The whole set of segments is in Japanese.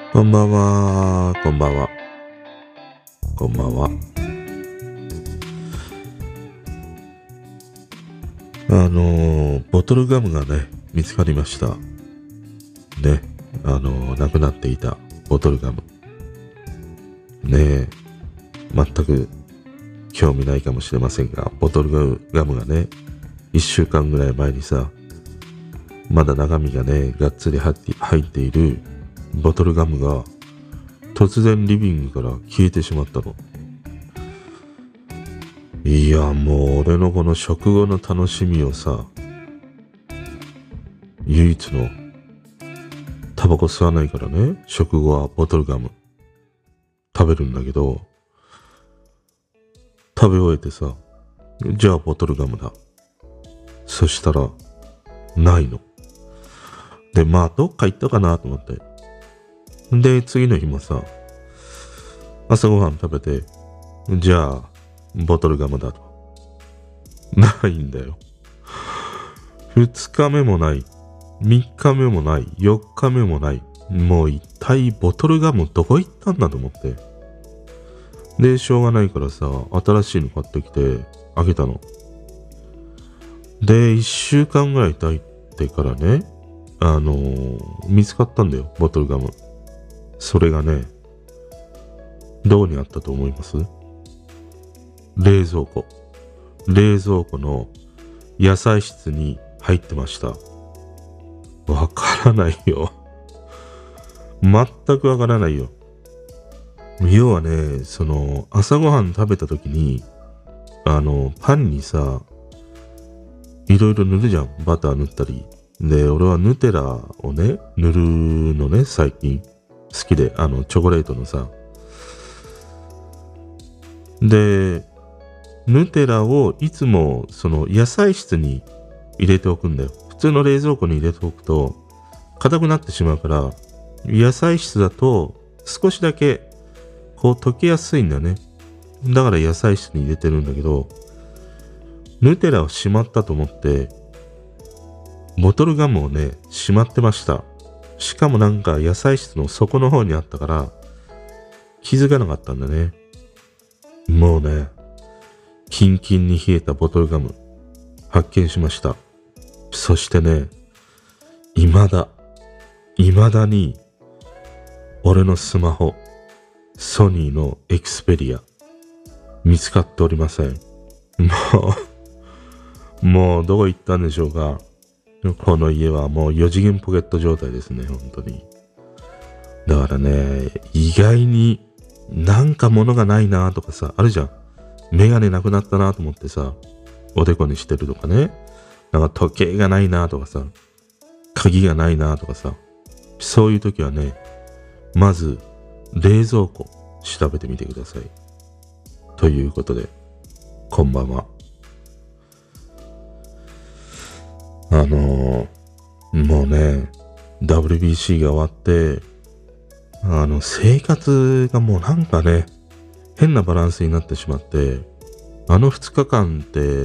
こんばんは、こんばんは、こんばんは。ボトルガムがね、見つかりました。ね、なくなっていたボトルガム。ねえ、全く興味ないかもしれませんが、ボトルガムがね、1週間ぐらい前にさ、まだ中身がね、がっつり入っているボトルガムが、突然リビングから消えてしまったの。いや、もう俺のこの食後の楽しみをさ、唯一のタバコ吸わないからね、食後はボトルガム食べるんだけど、食べ終えてさ、じゃあボトルガムだ。そしたら、ないの。で、まあどっか行ったかなと思って。で、次の日もさ、朝ごはん食べて、じゃあ、ボトルガムだと。ないんだよ。2日目もない。3日目もない。4日目もない。もう一体ボトルガムどこ行ったんだと思って。で、しょうがないからさ、新しいの買ってきて、あげたの。で、1週間ぐらい経ってからね、見つかったんだよ、ボトルガム。それがね、どこにあったと思います？冷蔵庫。冷蔵庫の野菜室に入ってました。わからないよ。全くわからないよ。要はね、朝ごはん食べた時に、パンにさ、いろいろ塗るじゃん。バター塗ったり。で、俺はヌテラをね、塗るのね、最近。好きで、チョコレートのさ。で、ヌテラをいつも、野菜室に入れておくんだよ。普通の冷蔵庫に入れておくと、硬くなってしまうから、野菜室だと、少しだけ、こう溶けやすいんだよね。だから野菜室に入れてるんだけど、ヌテラをしまったと思って、ボトルガムをね、しまってました。しかもなんか野菜室の底の方にあったから、気づかなかったんだね。もうね、キンキンに冷えたボトルガム、発見しました。そしてね、未だに、俺のスマホ、ソニーのエクスペリア、見つかっておりません。もうどこ行ったんでしょうか。この家はもう4次元ポケット状態ですね、本当に。だからね、意外になんか物がないなとかさ、あるじゃん。メガネなくなったなと思ってさ、おでこにしてるとかね。なんか時計がないなとかさ、鍵がないなとかさ、そういう時はね、まず冷蔵庫調べてみてください。ということで、こんばんは。もうね、WBC が終わって、生活がもうなんかね、変なバランスになってしまって、2日間って、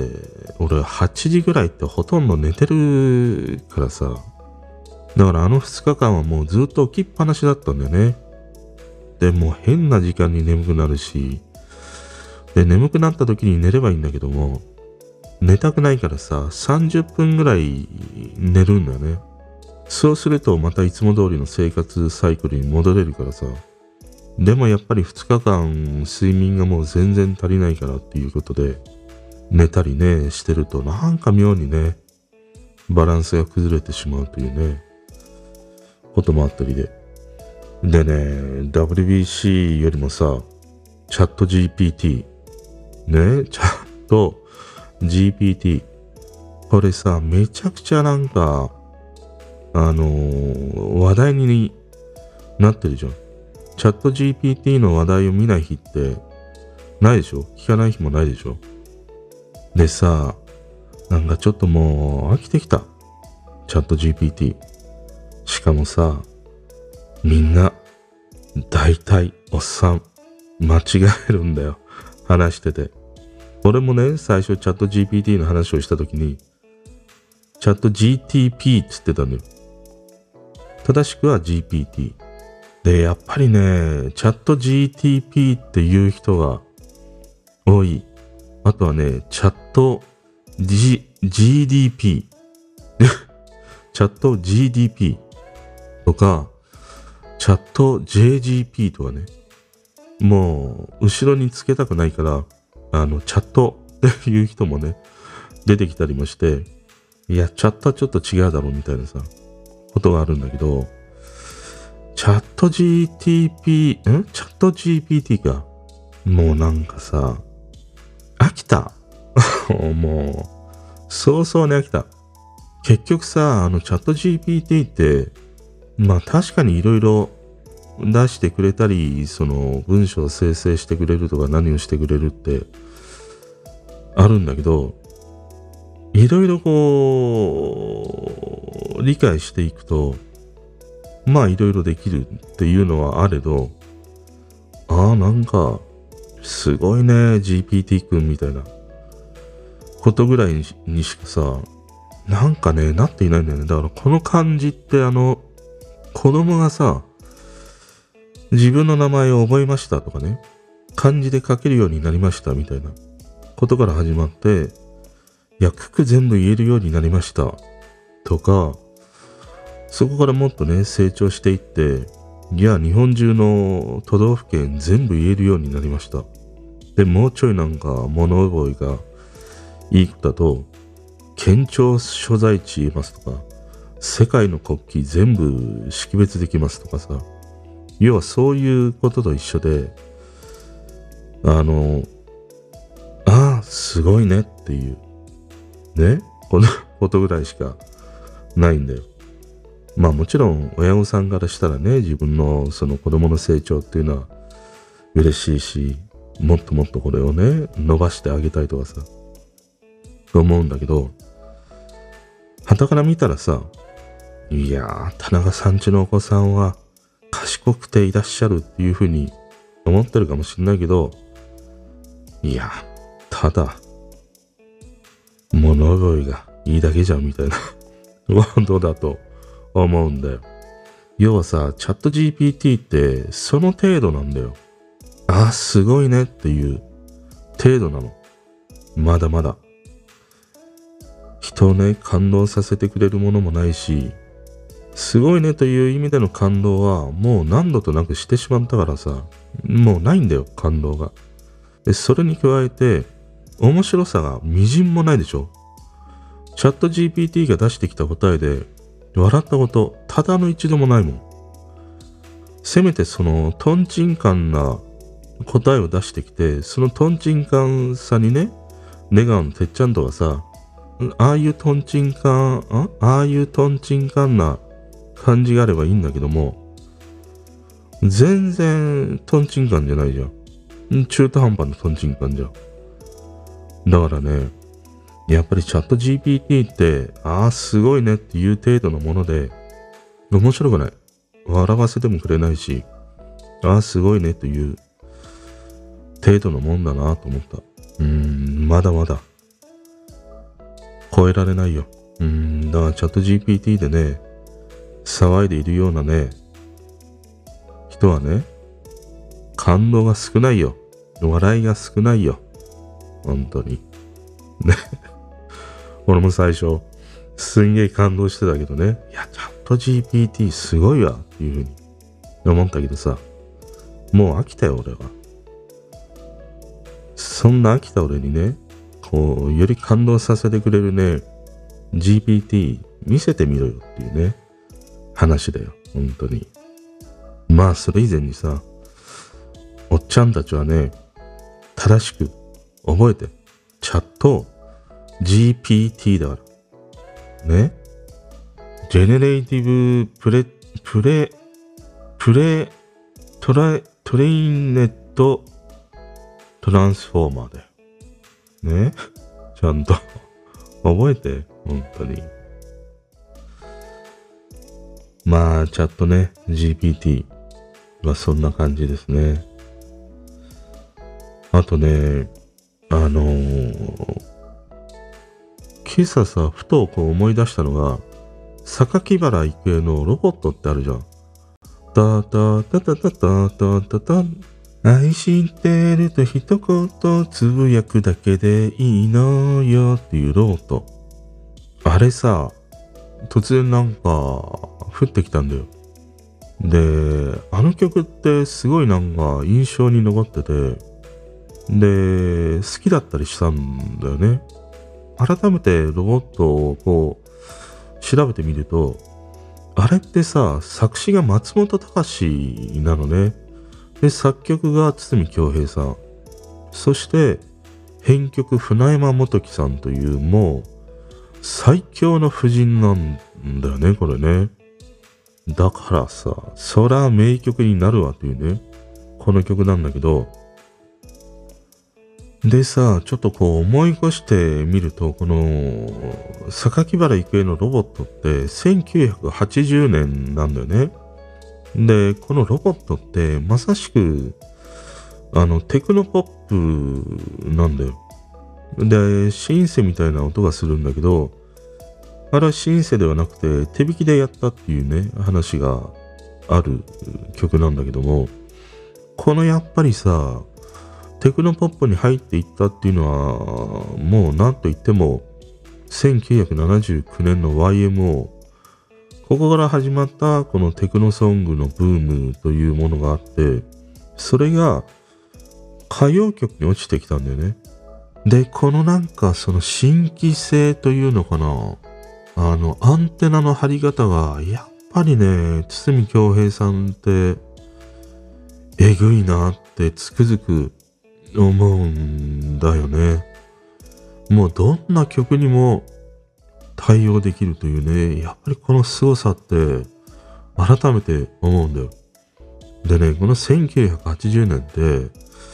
俺8時ぐらいってほとんど寝てるからさ、だから2日間はもうずっと起きっぱなしだったんだよね。で、もう変な時間に眠くなるし、で、眠くなった時に寝ればいいんだけども、寝たくないからさ、30分ぐらい寝るんだよね。そうするとまたいつも通りの生活サイクルに戻れるからさ。でもやっぱり2日間睡眠がもう全然足りないからっていうことで、寝たりね、してるとなんか妙にね、バランスが崩れてしまうというね、こともあったりで。でね、WBC よりもさ、チャット GPT、ね、チャット GPT、これさ、めちゃくちゃなんか、話題になってるじゃん。チャット GPT の話題を見ない日ってないでしょ？聞かない日もないでしょ？でさ、なんかちょっともう飽きてきた。チャット GPT。しかもさ、みんな、大体おっさん、間違えるんだよ。話してて。俺もね、最初チャット GPT の話をしたときに、チャット GTP って言ってたんだよ。正しくは GPT。 で、やっぱりね、チャット GTP っていう人が多い。あとはね、チャット、GDP。チャット GDP とか、チャット JGP とかね。もう、後ろにつけたくないから、チャットっていう人もね、出てきたりもして、いや、チャットはちょっと違うだろうみたいなさ、ことがあるんだけど、チャット GTP、チャット GPT か。もうなんかさ、飽きた。もう、早々に飽きた。結局さ、チャット GPT って、まあ確かにいろいろ出してくれたり、その文章を生成してくれるとか何をしてくれるってあるんだけど、いろいろこう、理解していくと、まあいろいろできるっていうのはあれど、なんか、すごいね、GPT 君みたいなことぐらいにしかさ、なんかね、なっていないんだよね。だからこの漢字って子供がさ、自分の名前を覚えましたとかね、漢字で書けるようになりましたみたいなことから始まって、いや、九九全部言えるようになりましたとか、そこからもっとね、成長していって、いや、日本中の都道府県全部言えるようになりました。で、もうちょいなんか物覚えがいいことだと、県庁所在地言えますとか、世界の国旗全部識別できますとかさ、要はそういうことと一緒で、すごいねっていう、ね、このことぐらいしかないんだよ。まあもちろん親御さんからしたらね、自分のその子供の成長っていうのは嬉しいし、もっともっとこれをね、伸ばしてあげたいとかさ、と思うんだけど、傍から見たらさ、いやー、田中さんちのお子さんは賢くていらっしゃるっていうふうに思ってるかもしれないけど、いや、ただ、物覚えがいいだけじゃんみたいなことだと思うんだよ。要はさ、チャット GPT ってその程度なんだよ。すごいねっていう程度なの。まだまだ。人をね、感動させてくれるものもないし、すごいねという意味での感動はもう何度となくしてしまったからさ、もうないんだよ、感動が。で、それに加えて、面白さがみじんもないでしょ。チャット GPT が出してきた答えで、笑ったこと、ただの一度もないもん。せめてその、トンチンカンな答えを出してきて、そのトンチンカンさにね、ネガのてっちゃんとかさ、ああいうトンチンカンな感じがあればいいんだけども、全然トンチンカンじゃないじゃん。中途半端なトンチンカンじゃん。だからね、やっぱりチャット GPT って、すごいねっていう程度のもので、面白くない。笑わせてもくれないし、すごいねという程度のもんだなと思った。まだまだ超えられないよ。だからチャット GPT でね、騒いでいるようなね、人はね、感動が少ないよ。笑いが少ないよ。本当に。ね。俺も最初、すんげえ感動してたけどね。いや、チャット GPT すごいわっていうふうに思ったけどさ、もう飽きたよ、俺は。そんな飽きた俺にね、こう、より感動させてくれるね、GPT 見せてみろよっていうね、話だよ、本当に。まあ、それ以前にさ、おっちゃんたちはね、正しく覚えて、チャット GPT だから。ね。ジェネレイティブトレインネットトランスフォーマーだよ。ね。ちゃんと覚えて、本当に。まあ、チャットね、GPT はそんな感じですね。あとね、今朝さ、ふとこう思い出したのが、榊原郁恵のロボットってあるじゃん。 タタタタタタタタタ。愛してると一言つぶやくだけでいいのよっていうロボット。あれさ、突然なんか降ってきたんだよ。で、あの曲ってすごいなんか印象に残ってて、で、好きだったりしたんだよね。改めてロボットをこう調べてみると、あれってさ、作詞が松本隆なのね。で、作曲が堤恭平さん。そして、編曲船山元樹さんというもう最強の夫人なんだよね、これね。だからさ、そら名曲になるわというね、この曲なんだけど、でさ、ちょっとこう思い越してみると、この榊原郁恵のロボットって1980年なんだよね。で、このロボットってまさしくテクノポップなんだよ。で、シンセみたいな音がするんだけど、あれはシンセではなくて手弾きでやったっていうね、話がある曲なんだけども、このやっぱりさ、テクノポップに入っていったっていうのは、もう何と言っても、1979年の YMO、ここから始まったこのテクノソングのブームというものがあって、それが歌謡曲に落ちてきたんだよね。で、このなんかその新規性というのかな、アンテナの張り方が、やっぱりね、堤恭平さんって、えぐいなってつくづく思うんだよね。もうどんな曲にも対応できるというね、やっぱりこの凄さって改めて思うんだよ。でね、この1980年って、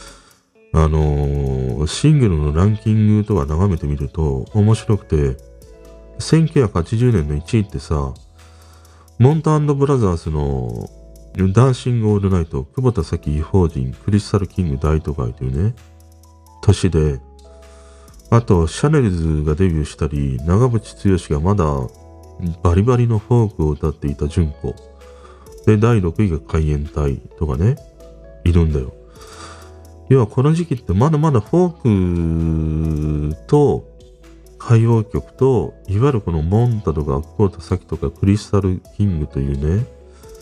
シングルのランキングとか眺めてみると面白くて、1980年の1位ってさ、モンタ&ブラザーズのダンシングオールナイト、久保田早紀異邦人、クリスタルキング大都会というね、年で、あと、シャネルズがデビューしたり、長渕剛がまだバリバリのフォークを歌っていた純子。で、第6位が海援隊とかね、いるんだよ。要はこの時期ってまだまだフォークと歌謡曲と、いわゆるこのモンタとか久保田早紀とかクリスタルキングというね、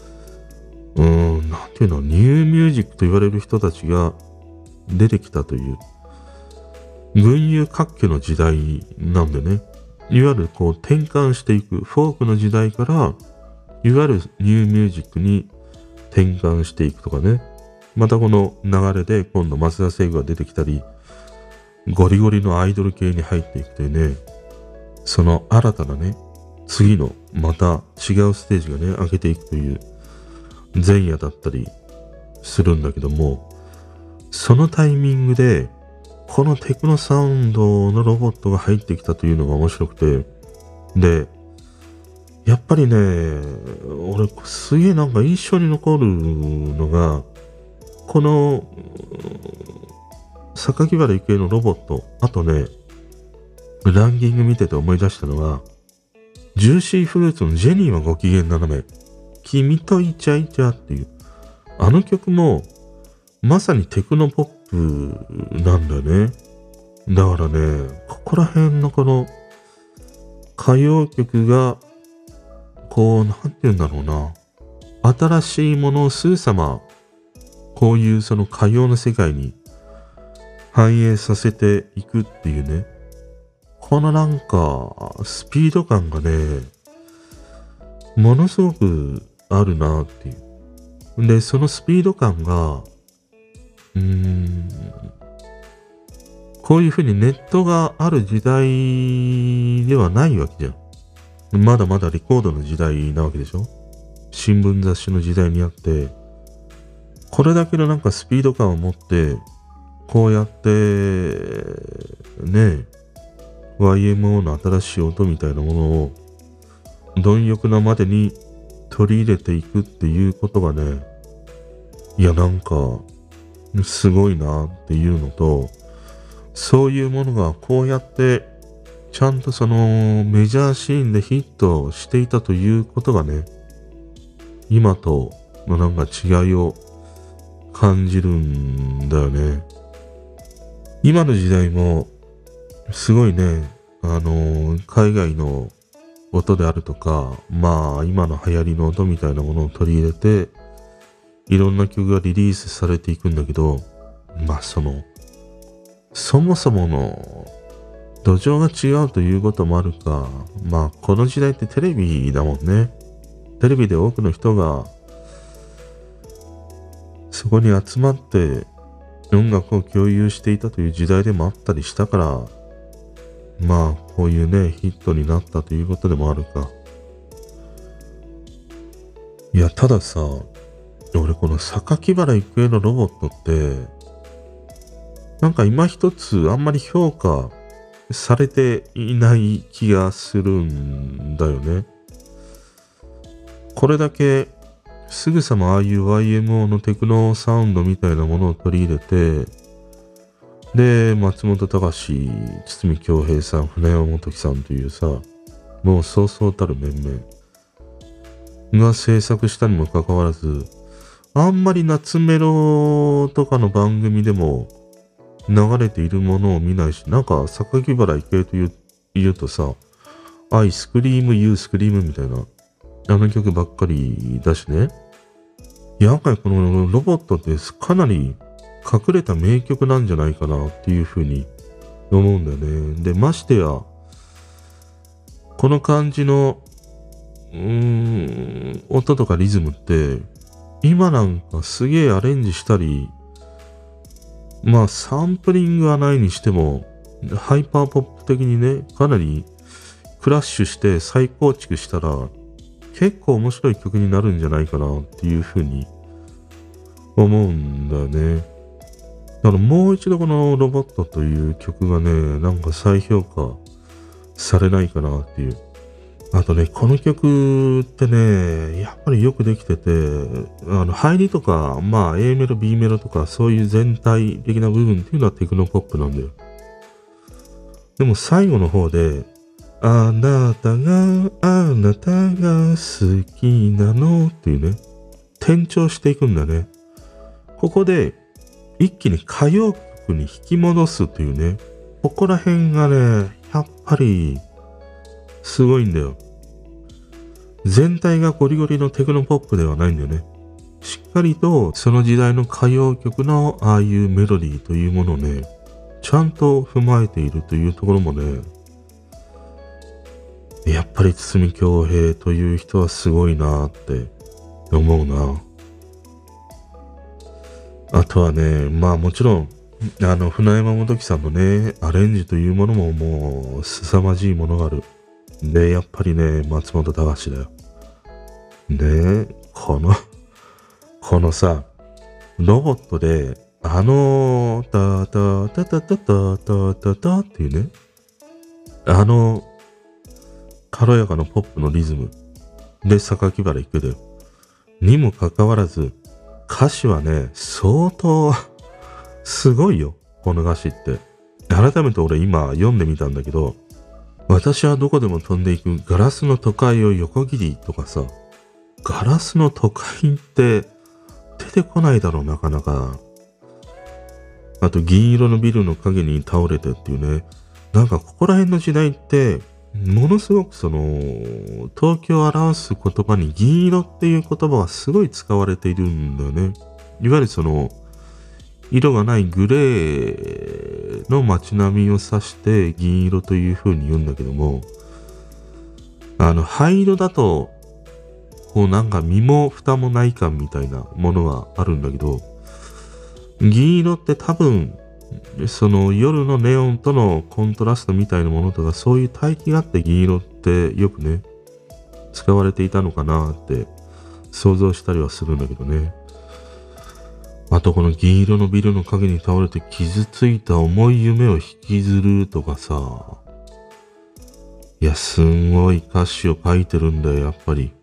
なんていうの、ニューミュージックと言われる人たちが出てきたという、群雄割拠の時代なんでね、いわゆるこう転換していく、フォークの時代から、いわゆるニューミュージックに転換していくとかね、またこの流れで今度松田聖子が出てきたり、ゴリゴリのアイドル系に入っていくというね、その新たなね、次のまた違うステージがね、上げていくという前夜だったりするんだけども、そのタイミングでこのテクノサウンドのロボットが入ってきたというのが面白くて、で、やっぱりね、俺すげえなんか印象に残るのが、この榊原郁恵のロボット、あとね、ランキング見てて思い出したのは、ジューシーフルーツのジェニーはご機嫌斜め、君とイチャイチャっていう、あの曲も、まさにテクノポップなんだよね。だからね、ここら辺のこの歌謡曲が、こう、なんて言うんだろうな、新しいものをすぐさま、こういうその歌謡の世界に反映させていくっていうね、このなんか、スピード感がね、ものすごくあるなっていう。で、そのスピード感が、こういうふうにネットがある時代ではないわけじゃん。まだまだレコードの時代なわけでしょ。新聞雑誌の時代にあって、これだけのなんかスピード感を持って、こうやって、ね、YMO の新しい音みたいなものを、貪欲なまでに取り入れていくっていうことがね、いやなんか、すごいなっていうのと、そういうものがこうやってちゃんとそのメジャーシーンでヒットしていたということがね、今とのなんか違いを感じるんだよね。今の時代もすごいね、海外の音であるとか、まあ今の流行りの音みたいなものを取り入れて、いろんな曲がリリースされていくんだけど、まあそもそもの土壌が違うということもあるか、まあこの時代ってテレビだもんね。テレビで多くの人がそこに集まって音楽を共有していたという時代でもあったりしたから、まあこういうねヒットになったということでもあるか。いやたださ、俺この榊原郁恵のロボットってなんか今一つあんまり評価されていない気がするんだよね。これだけすぐさまああいう YMO のテクノサウンドみたいなものを取り入れて、で松本隆、堤恭平さん、船山元樹さんというさ、もうそうそうたる面々が制作したにもかかわらず、あんまり夏メロとかの番組でも流れているものを見ないし、なんか榊原郁恵と言うとさ、アイスクリーム、ユースクリームみたいなあの曲ばっかりだしね。やっぱりこのロボットってかなり隠れた名曲なんじゃないかなっていうふうに思うんだよね。で、ましてや、この感じの、音とかリズムって、今なんかすげえアレンジしたり、まあサンプリングはないにしても、ハイパーポップ的にね、かなりクラッシュして再構築したら、結構面白い曲になるんじゃないかなっていうふうに思うんだよね。だからもう一度このロボットという曲がね、なんか再評価されないかなっていう。あとね、この曲ってね、やっぱりよくできてて、入りとか、まあ A メロ、B メロとか、そういう全体的な部分っていうのはテクノポップなんだよ。でも最後の方で、あなたが好きなのっていうね、転調していくんだね。ここで一気に歌謡曲に引き戻すというね、ここら辺がね、やっぱりすごいんだよ。全体がゴリゴリのテクノポップではないんだよね。しっかりとその時代の歌謡曲のああいうメロディーというものをね、ちゃんと踏まえているというところもね、やっぱり堤恭平という人はすごいなって思うな。あとはね、まあもちろん、船山元樹さんのね、アレンジというものももう凄まじいものがある。で、やっぱりね、松本隆だよ。で、このさ、ロボットで、タタタタタタタタタっていうね、軽やかなポップのリズムで榊原郁恵だよ。にもかかわらず、歌詞はね、相当すごいよ、この歌詞って。改めて俺今読んでみたんだけど、私はどこでも飛んでいくガラスの都会を横切りとかさ、ガラスの都会って出てこないだろう、なかなか。あと銀色のビルの影に倒れてっていうね、なんかここら辺の時代ってものすごく東京を表す言葉に銀色っていう言葉がすごい使われているんだよね。いわゆる色がないグレーの街並みを指して銀色という風に言うんだけども、灰色だとこうなんか身も蓋もない感みたいなものはあるんだけど、銀色って多分夜のネオンとのコントラストみたいなものとか、そういう対比があって銀色ってよくね使われていたのかなって想像したりはするんだけどね。あとこの銀色のビルの影に倒れて傷ついた重い夢を引きずるとかさ、いやすんごい歌詞を書いてるんだよ、やっぱり。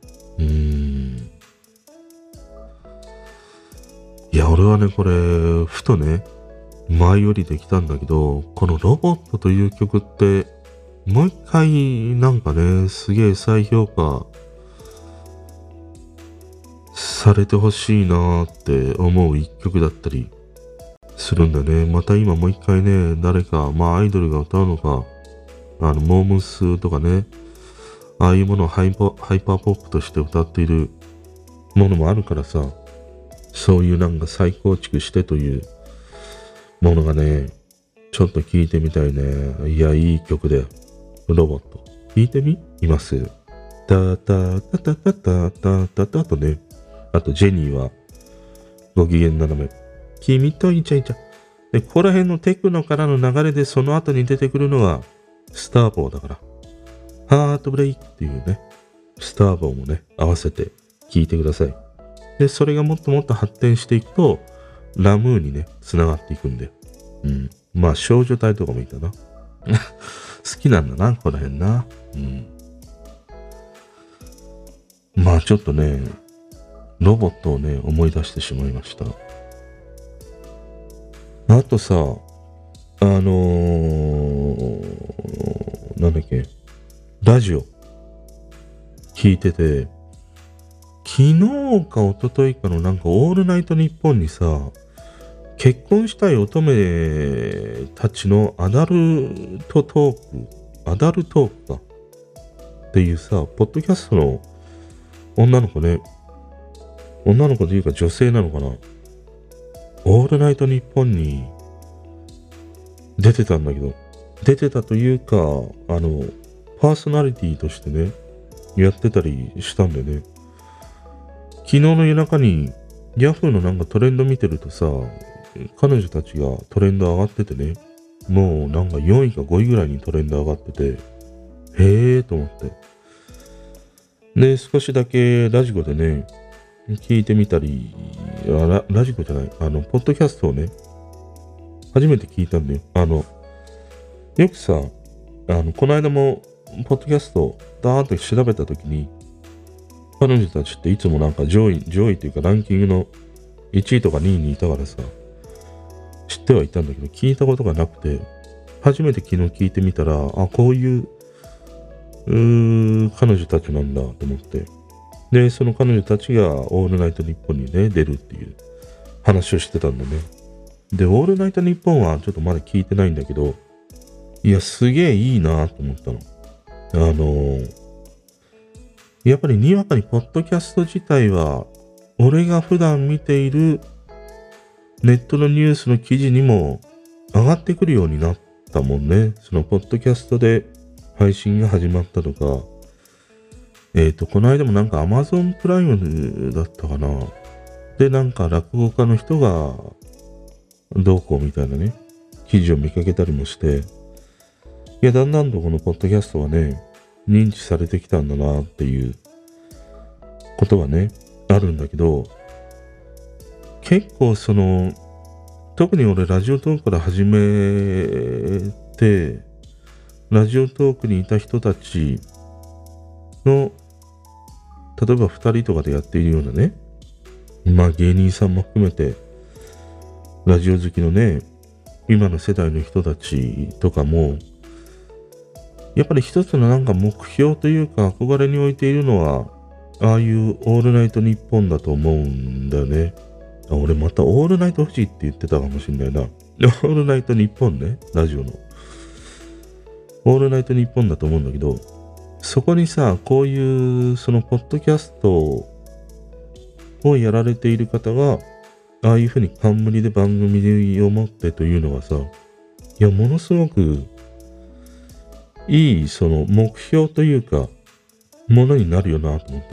いや俺はねこれふとね舞い降りてきたんだけど、このロボットという曲ってもう一回なんかねすげえ再評価さされてほしいなって思う一曲だったりするんだね。また今もう一回ね、誰か、アイドルが歌うのか、モームスとかね、ああいうものをハイパーポップとして歌っているものもあるからさ、そういうなんか再構築してというものがね、ちょっと聞いてみたいね。いや、いい曲で、ロボット。聞いてみます。タタタタタタタタタとね、あとジェニーはご機嫌斜め。君とイチャイチャ。で、ここら辺のテクノからの流れでその後に出てくるのがスターボーだから。ハートブレイクっていうね、スターボーもね、合わせて聞いてください。で、それがもっともっと発展していくと、ラムーにね、繋がっていくんで。少女隊とかもいたな。好きなんだな、この辺な。ちょっとね、ロボットをね、思い出してしまいました。あとさ、なんだっけ、ラジオ、聞いてて、昨日か一昨日かのなんかオールナイトニッポンにさ、結婚したい乙女たちのアダルトトークかっていうさ、ポッドキャストの女の子というか女性なのかな、オールナイトニッポンに出てたんだけど、出てたというか、パーソナリティとしてね、やってたりしたんだよね。昨日の夜中にヤフーのなんかトレンド見てるとさ、彼女たちがトレンド上がっててね、もうなんか4位か5位ぐらいにトレンド上がってて、へーと思って。で、少しだけラジコでね、聞いてみたり、ラジコじゃない、ポッドキャストをね、初めて聞いたんだよ。よくさ、この間も、ポッドキャスト、ダーッと調べたときに、彼女たちっていつもなんか上位というかランキングの1位とか2位にいたからさ、知ってはいたんだけど、聞いたことがなくて、初めて昨日聞いてみたら、こういう、彼女たちなんだと思って。で、その彼女たちがオールナイトニッポンにね、出るっていう話をしてたんだね。で、オールナイトニッポンはちょっとまだ聞いてないんだけど、いや、すげえいいなと思ったの。やっぱりにわかにポッドキャスト自体は、俺が普段見ているネットのニュースの記事にも上がってくるようになったもんね。そのポッドキャストで配信が始まったとか、この間もなんか Amazon プライムだったかな。で、なんか落語家の人がどうこうみたいなね、記事を見かけたりもして、いや、だんだんとこのポッドキャストはね、認知されてきたんだなっていうことはね、あるんだけど、結構特に俺ラジオトークから始めて、ラジオトークにいた人たちの、例えば2人とかでやっているようなね、芸人さんも含めて、ラジオ好きのね、今の世代の人たちとかも、やっぱり一つのなんか目標というか憧れに置いているのは、ああいうオールナイトニッポンだと思うんだよね。俺またオールナイト富士って言ってたかもしんないな。オールナイトニッポンね、ラジオの。オールナイトニッポンだと思うんだけど、そこにさ、こういうそのポッドキャストをやられている方が、ああいうふうに冠で番組を持ってというのはさ、いや、ものすごくいいその目標というか、ものになるよなと思って。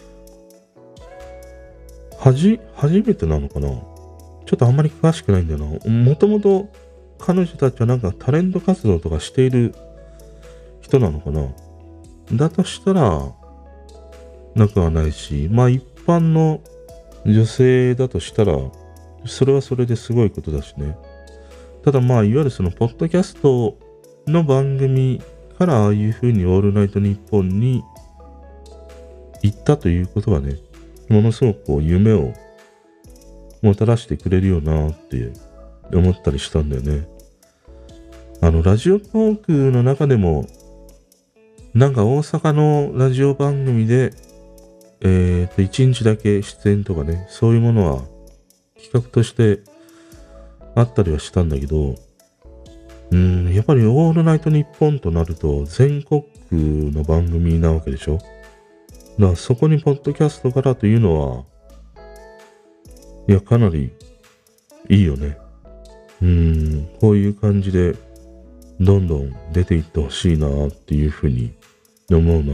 初めてなのかな、ちょっとあんまり詳しくないんだよな。もともと彼女たちはなんかタレント活動とかしている人なのかな。だとしたら、なくはないし、一般の女性だとしたら、それはそれですごいことだしね。ただいわゆるそのポッドキャストの番組からああいう風にオールナイトニッポンに行ったということはね、ものすごく夢をもたらしてくれるよなって思ったりしたんだよね。ラジオトークの中でも、なんか大阪のラジオ番組で 1日だけ出演とかね、そういうものは企画としてあったりはしたんだけど、やっぱりオールナイトニッポンとなると全国区の番組なわけでしょ。だからそこにポッドキャストからというのは、いや、かなりいいよね。こういう感じでどんどん出ていってほしいなっていうふうに思うな。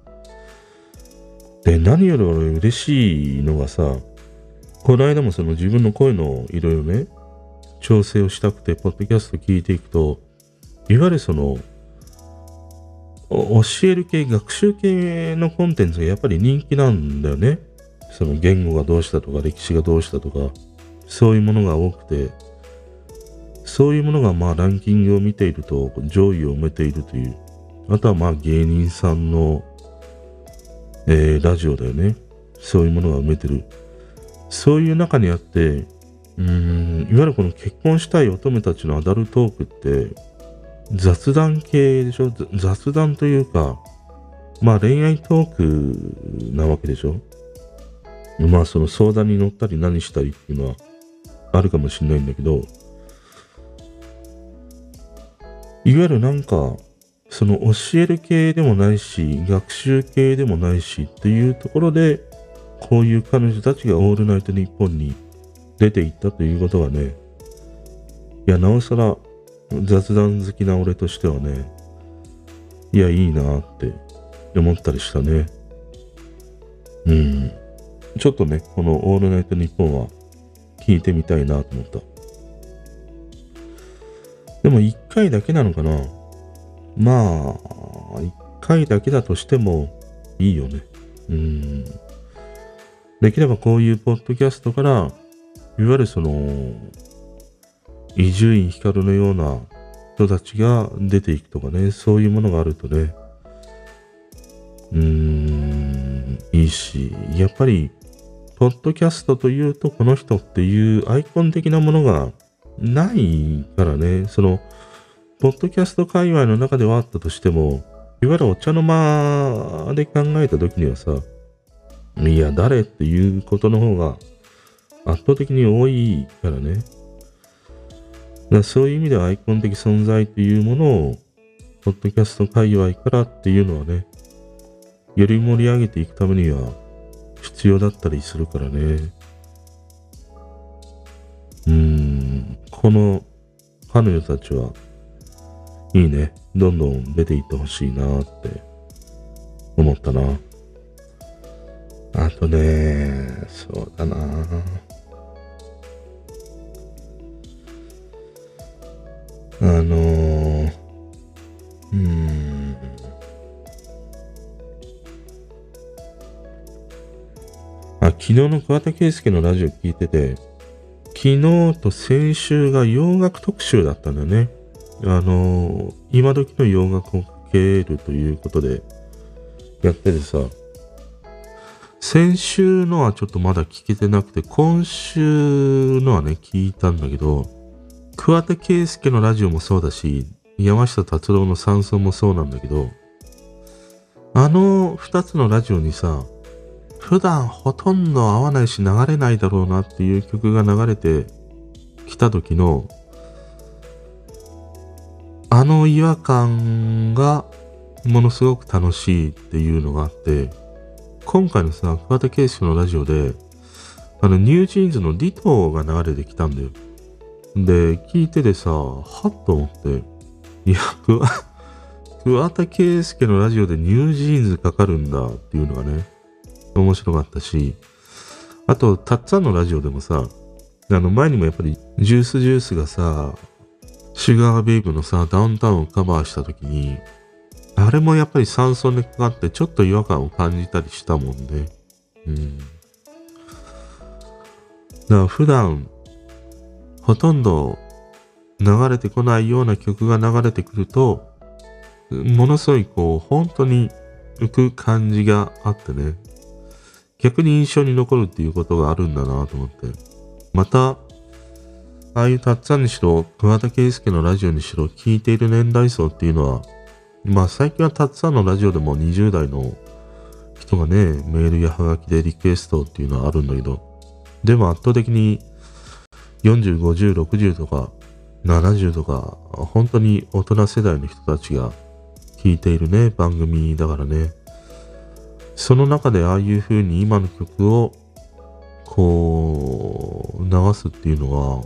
で、何より俺嬉しいのがさ、この間もその自分の声のいろいろね、調整をしたくて、ポッドキャスト聞いていくと、いわゆるその、教える系、学習系のコンテンツがやっぱり人気なんだよね。その言語がどうしたとか、歴史がどうしたとか、そういうものが多くて、そういうものがまあランキングを見ていると上位を埋めているという。あとはまあ芸人さんの、ラジオだよね。そういうものが埋めてる。そういう中にあって、いわゆるこの結婚したい乙女たちのアダルトークって、雑談系でしょ。雑談というか、まあ恋愛トークなわけでしょ。まあその相談に乗ったり何したりっていうのはあるかもしれないんだけど、いわゆるなんか、その教える系でもないし、学習系でもないしっていうところで、こういう彼女たちがオールナイトニッポンに出ていったということがね、いや、なおさら雑談好きな俺としてはね、いや、いいなって思ったりしたね。ちょっとね、このオールナイトニッポンは聞いてみたいなと思った。でも1回だけなのかな。まあ、1回だけだとしてもいいよね。できればこういうポッドキャストから、いわゆるその、伊集院光のような人たちが出ていくとかね、そういうものがあるとね、いいし、やっぱり、ポッドキャストというとこの人っていうアイコン的なものがないからね、その、ポッドキャスト界隈の中ではあったとしても、いわゆるお茶の間で考えた時にはさ、いや、誰っていうことの方が圧倒的に多いからね。だからそういう意味ではアイコン的存在というものを、ポッドキャスト界隈からっていうのはね、より盛り上げていくためには必要だったりするからね。この彼女たちはいいね。どんどん出ていってほしいなって思ったな。あとね、そうだな。昨日の桑田佳祐のラジオ聞いてて、昨日と先週が洋楽特集だったんだよね。今時の洋楽をかけるということでやっててさ、先週のはちょっとまだ聞けてなくて、今週のはね、聞いたんだけど、桑田佳祐のラジオもそうだし、山下達郎の山村もそうなんだけど、二つのラジオにさ、普段ほとんど合わないし流れないだろうなっていう曲が流れてきた時の違和感がものすごく楽しいっていうのがあって、今回のさ、桑田佳祐のラジオでニュージーンズのディトが流れてきたんだよ。で、聞いててさ、はっと思って、いや、桑田佳祐のラジオでニュージーンズかかるんだっていうのがね、面白かったし、あと、たっつぁんのラジオでもさ、前にもやっぱりジュースがさ、シュガーベイブのさ、ダウンタウンをカバーした時に、あれもやっぱり山村でかかってちょっと違和感を感じたりしたもんね。だから普段、ほとんど流れてこないような曲が流れてくると、ものすごい本当に浮く感じがあってね、逆に印象に残るっていうことがあるんだなと思って。また、ああいうたっつぁんにしろ、桑田佳祐のラジオにしろ、聞いている年代層っていうのは、まあ最近はたっつぁんのラジオでも20代の人がね、メールやハガキでリクエストっていうのはあるんだけど、でも圧倒的に40、50、60とか70とか、本当に大人世代の人たちが聞いているね、番組だからね。その中でああいう風に今の曲をこう流すっていうのは、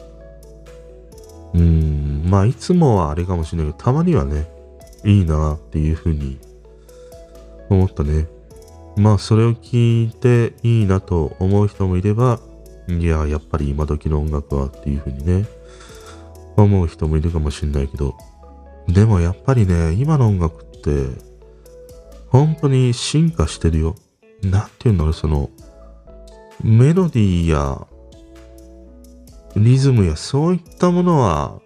まあいつもはあれかもしれないけど、たまにはね、いいなっていう風に思ったね。まあそれを聞いていいなと思う人もいれば、いや、やっぱり今時の音楽はっていう風にね、思う人もいるかもしれないけど、でもやっぱりね、今の音楽って、本当に進化してるよ。なんていうんだろう、その、メロディーやリズムやそういったものは、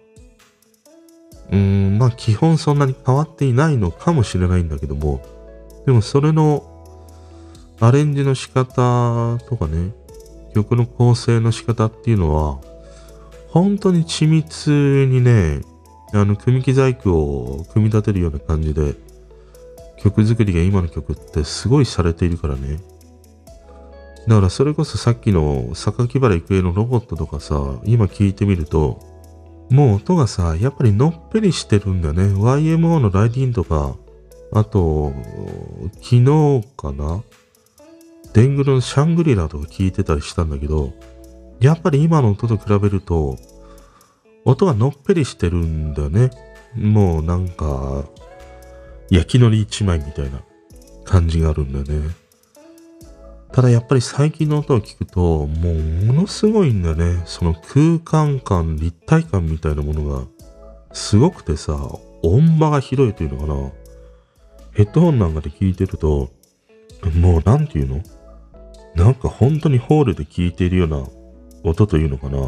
まあ基本そんなに変わっていないのかもしれないんだけども、でもそれのアレンジの仕方とかね、曲の構成の仕方っていうのは、本当に緻密にね、組木細工を組み立てるような感じで、曲作りが今の曲ってすごいされているからね。だからそれこそさっきの榊原郁恵のロボットとかさ、今聞いてみると、もう音がさ、やっぱりのっぺりしてるんだよね。YMO のライディーンとか、あと、昨日かなデングルのシャングリラとか聞いてたりしたんだけど、やっぱり今の音と比べると、音がのっぺりしてるんだよね。もうなんか、焼き海苔一枚みたいな感じがあるんだよね。ただやっぱり最近の音を聞くと、もうものすごいんだよね。その空間感、立体感みたいなものがすごくてさ、音場が広いというのかな。ヘッドホンなんかで聞いてると、もうなんていうの？なんか本当にホールで聞いているような音というのかな。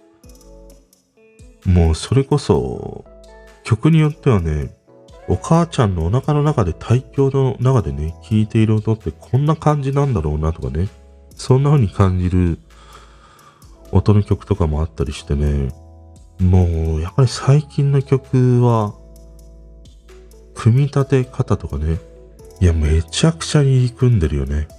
もうそれこそ曲によってはね、お母ちゃんのお腹の中で胎教の中でね、聞いている音ってこんな感じなんだろうなとかね、そんな風に感じる音の曲とかもあったりしてね、もうやっぱり最近の曲は、組み立て方とかね、いやめちゃくちゃに組んでるよね。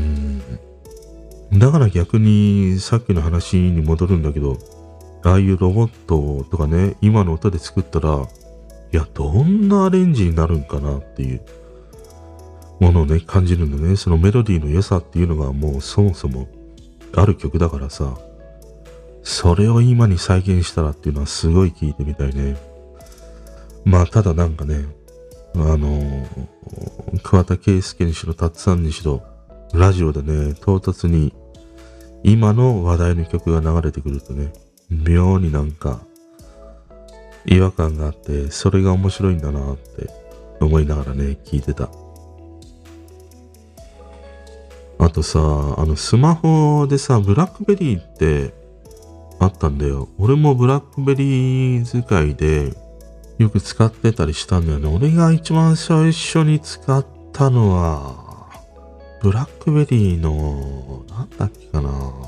だから逆にさっきの話に戻るんだけど、ああいうロボットとかね、今の音で作ったら、いや、どんなアレンジになるんかなっていうものをね、感じるんだね。そのメロディーの良さっていうのがもうそもそもある曲だからさ、それを今に再現したらっていうのはすごい聞いてみたいね。まあ、ただなんかね、桑田佳祐にしろ、たつさんにしろ、ラジオでね、唐突に今の話題の曲が流れてくるとね、妙になんか違和感があって、それが面白いんだなって思いながらね、聞いてた。あとさ、スマホでさ、ブラックベリーってあったんだよ。俺もブラックベリー使いでよく使ってたりしたんだよね。俺が一番最初に使ったのは、ブラックベリーの、なんだっけかな。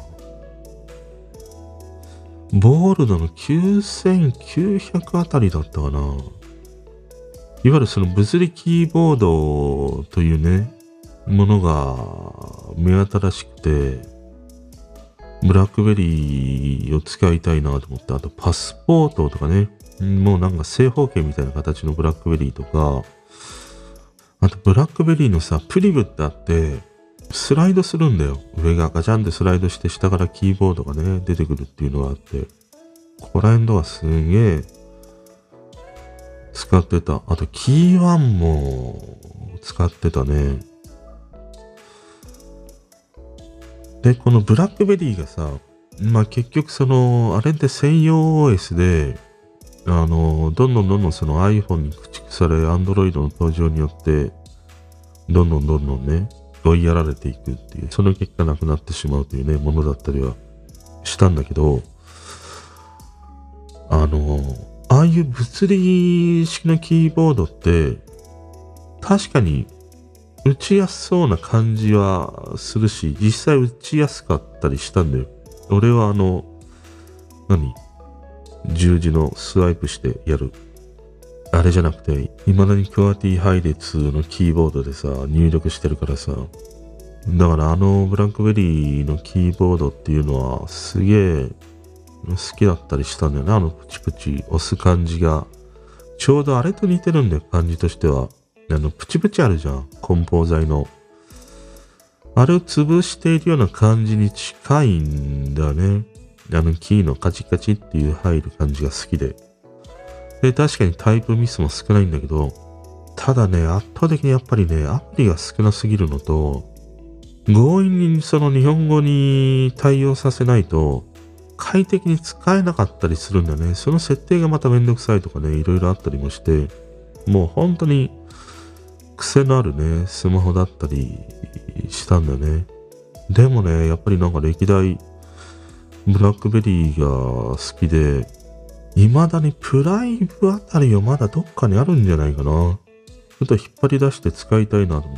ボールドの9900あたりだったかな。いわゆるその物理キーボードというね、ものが目新しくて、ブラックベリーを使いたいなと思って、あとパスポートとかね、もうなんか正方形みたいな形のブラックベリーとか、あとブラックベリーのさ、プリブってあって、スライドするんだよ。上がガチャンってスライドして下からキーボードがね、出てくるっていうのがあって、ここら辺とかすげえ使ってた。あとキーワンも使ってたね。で、このブラックベリーがさ、まあ結局その、あれって専用 OS で、どんどんその iPhone に駆逐され、Android の登場によって、どんどんね、追いやられていくっていう、その結果なくなってしまうというね、ものだったりはしたんだけど、ああいう物理式のキーボードって、確かに打ちやすそうな感じはするし、実際打ちやすかったりしたんだよ。俺は十字のスワイプしてやる。 あれじゃなくて、未だにクワティ配列のキーボードでさ、入力してるからさ。だからブラックベリーのキーボードっていうのはすげえ好きだったりしたんだよね。プチプチ押す感じが。ちょうどあれと似てるんだよ、感じとしては。プチプチあるじゃん。梱包材の。あれを潰しているような感じに近いんだよね。キーのカチカチっていう入る感じが好きで。で、確かにタイプミスも少ないんだけど、ただね、圧倒的にやっぱりね、アプリが少なすぎるのと、強引にその日本語に対応させないと、快適に使えなかったりするんだよね。その設定がまためんどくさいとかね、いろいろあったりもして、もう本当に癖のあるね、スマホだったりしたんだよね。でもね、やっぱりなんか歴代ブラックベリーが好きで、未だにプライブあたりはまだどっかにあるんじゃないかな。ちょっと引っ張り出して使いたいなと思って。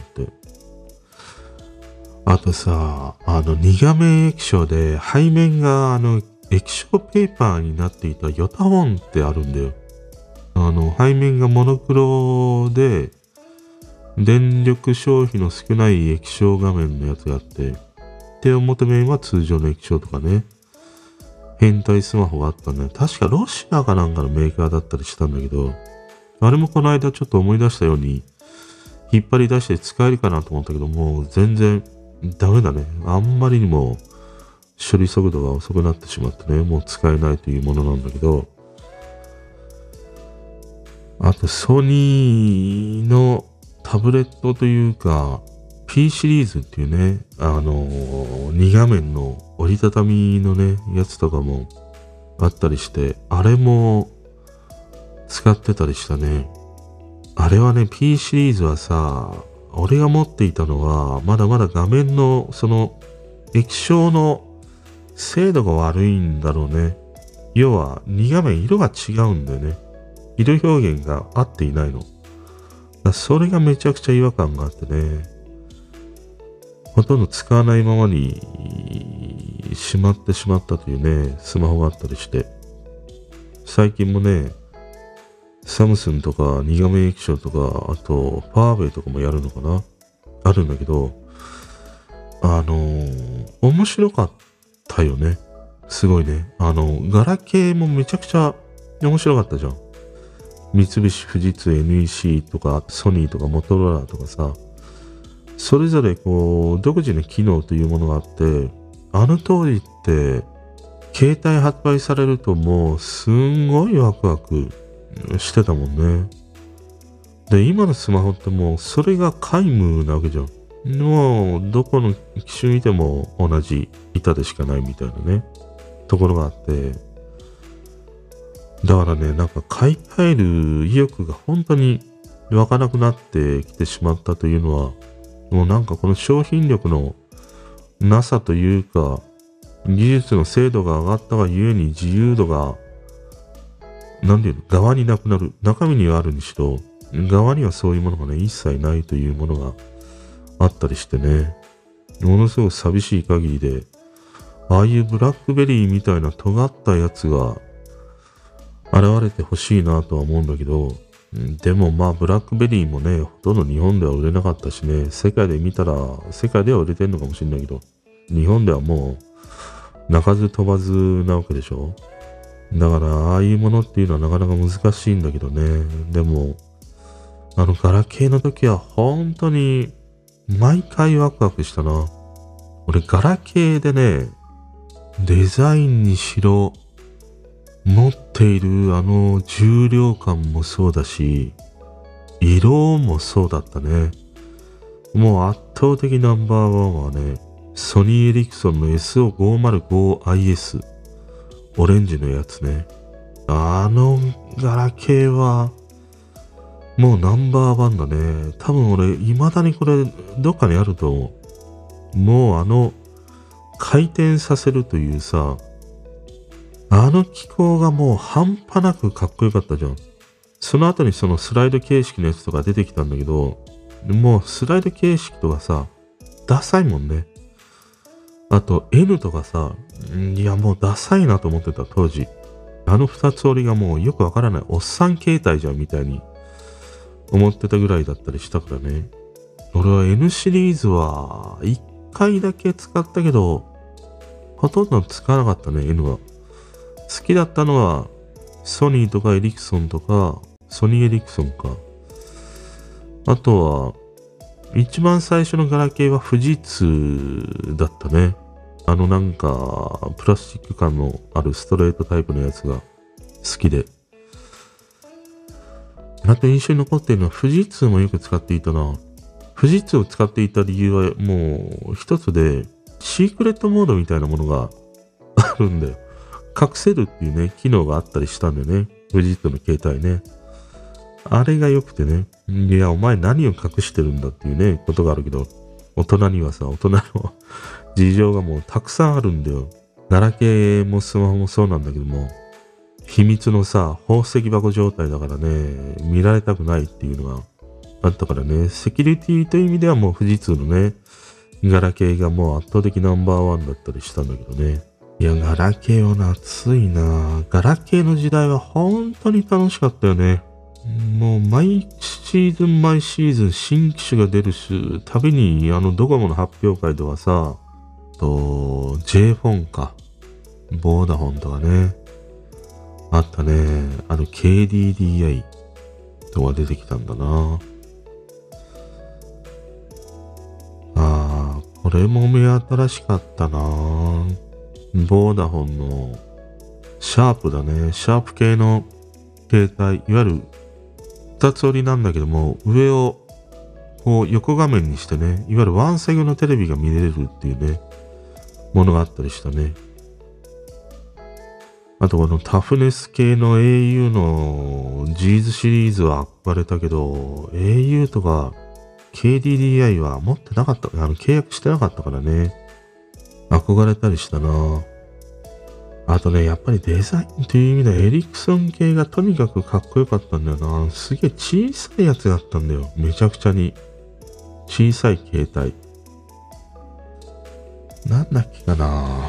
あとさ、2画面液晶で背面が液晶ペーパーになっていたヨタフォンってあるんだよ。背面がモノクロで、電力消費の少ない液晶画面のやつがあって、で、表面は通常の液晶とかね。変態スマホがあったんだよ。確かロシアかなんかのメーカーだったりしたんだけど、あれもこの間ちょっと思い出したように、引っ張り出して使えるかなと思ったけど、もう全然ダメだね。あんまりにも処理速度が遅くなってしまってね、もう使えないというものなんだけど、あとソニーのタブレットというか、P シリーズっていうね、2画面の折りたたみのね、やつとかもあったりして、あれも使ってたりしたね。あれはね、P シリーズはさ、俺が持っていたのは、まだまだ画面の、液晶の精度が悪いんだろうね。要は、2画面色が違うんだよね。色表現が合っていないの。それがめちゃくちゃ違和感があってね。ほとんど使わないままにしまってしまったというね、スマホがあったりして。最近もね、サムスンとか2画面液晶とか、あと、ファーウェイとかもやるのかなあるんだけど、面白かったよね。すごいね。ガラケーもめちゃくちゃ面白かったじゃん。三菱、富士通、NEC とか、ソニーとか、モトローラとかさ、それぞれ独自の機能というものがあって、あの当時って、携帯発売されるともう、すんごいワクワクしてたもんね。で、今のスマホってもう、それが皆無なわけじゃん。もう、どこの機種見ても同じ板でしかないみたいなね、ところがあって、だからね、なんか買い替える意欲が本当に湧かなくなってきてしまったというのは、もうなんかこの商品力のなさというか、技術の精度が上がったがゆえに自由度が、なんていうの、側になくなる。中身にはあるにしろ、側にはそういうものがね、一切ないというものがあったりしてね、ものすごく寂しい限りで、ああいうブラックベリーみたいな尖ったやつが現れてほしいなとは思うんだけど、でもまあブラックベリーもね、ほとんど日本では売れなかったしね、世界で見たら、世界では売れてんのかもしれないけど、日本ではもう鳴かず飛ばずなわけでしょ。だからああいうものっていうのはなかなか難しいんだけどね。でも、ガラケーの時は本当に毎回ワクワクしたな。俺ガラケーでね、デザインにしろ、持っている重量感もそうだし、色もそうだったね。もう圧倒的ナンバーワンはね、ソニーエリクソンの SO505IS、オレンジのやつね。ガラケーは、もうナンバーワンだね。多分俺、未だにこれ、どっかにあると思う。もう回転させるというさ、機構がもう半端なくかっこよかったじゃん。その後にそのスライド形式のやつとか出てきたんだけど、もうスライド形式とかさ、ダサいもんね。あと N とかさ、いやもうダサいなと思ってた当時。 あの二つ折りがもうよくわからないおっさん携帯じゃんみたいに思ってたぐらいだったりしたからね。俺は N シリーズは1回だけ使ったけど、ほとんど使わなかったね、N は。好きだったのはソニーとかエリクソンとか、ソニーエリクソンか。あとは、一番最初のガラケーは富士通だったね。なんか、プラスチック感のあるストレートタイプのやつが好きで。あと印象に残っているのは富士通もよく使っていたな。富士通を使っていた理由はもう一つで、シークレットモードみたいなものがあるんだよ。隠せるっていうね、機能があったりしたんだよね。富士通の携帯ね。あれが良くてね。いや、お前何を隠してるんだっていうね、ことがあるけど、大人にはさ、大人の事情がもうたくさんあるんだよ。ガラケーもスマホもそうなんだけども、秘密のさ、宝石箱状態だからね、見られたくないっていうのがあったからね、セキュリティという意味ではもう富士通のね、ガラケーがもう圧倒的ナンバーワンだったりしたんだけどね。いや、ガラケーは夏いな。ガラケーの時代は本当に楽しかったよね。もう毎シーズン新機種が出るたびにドコモの発表会とかさ、J フォンか、ボーダフォンとかね、あったね。KDDI とか出てきたんだな。これも目新しかったな。ボーダフォンのシャープだね。シャープ系の携帯、いわゆる二つ折りなんだけども、上をこう横画面にしてね、いわゆるワンセグのテレビが見れるっていうね、ものがあったりしたね。あとこのタフネス系の au の G's シリーズは憧れたけど、au とか KDDI は持ってなかった、契約してなかったからね。憧れたりしたな。あとね、やっぱりデザインという意味ではエリクソン系がとにかくかっこよかったんだよな。すげえ小さいやつだったんだよ。めちゃくちゃに。小さい携帯。なんだっけかな。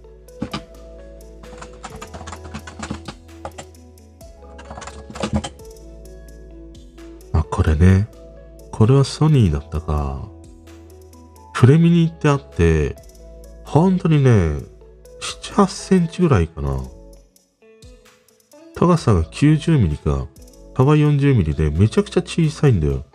これね。これはソニーだったか。プレミニってあって、本当にね、7、8センチぐらいかな。高さが90ミリか、幅40ミリでめちゃくちゃ小さいんだよ。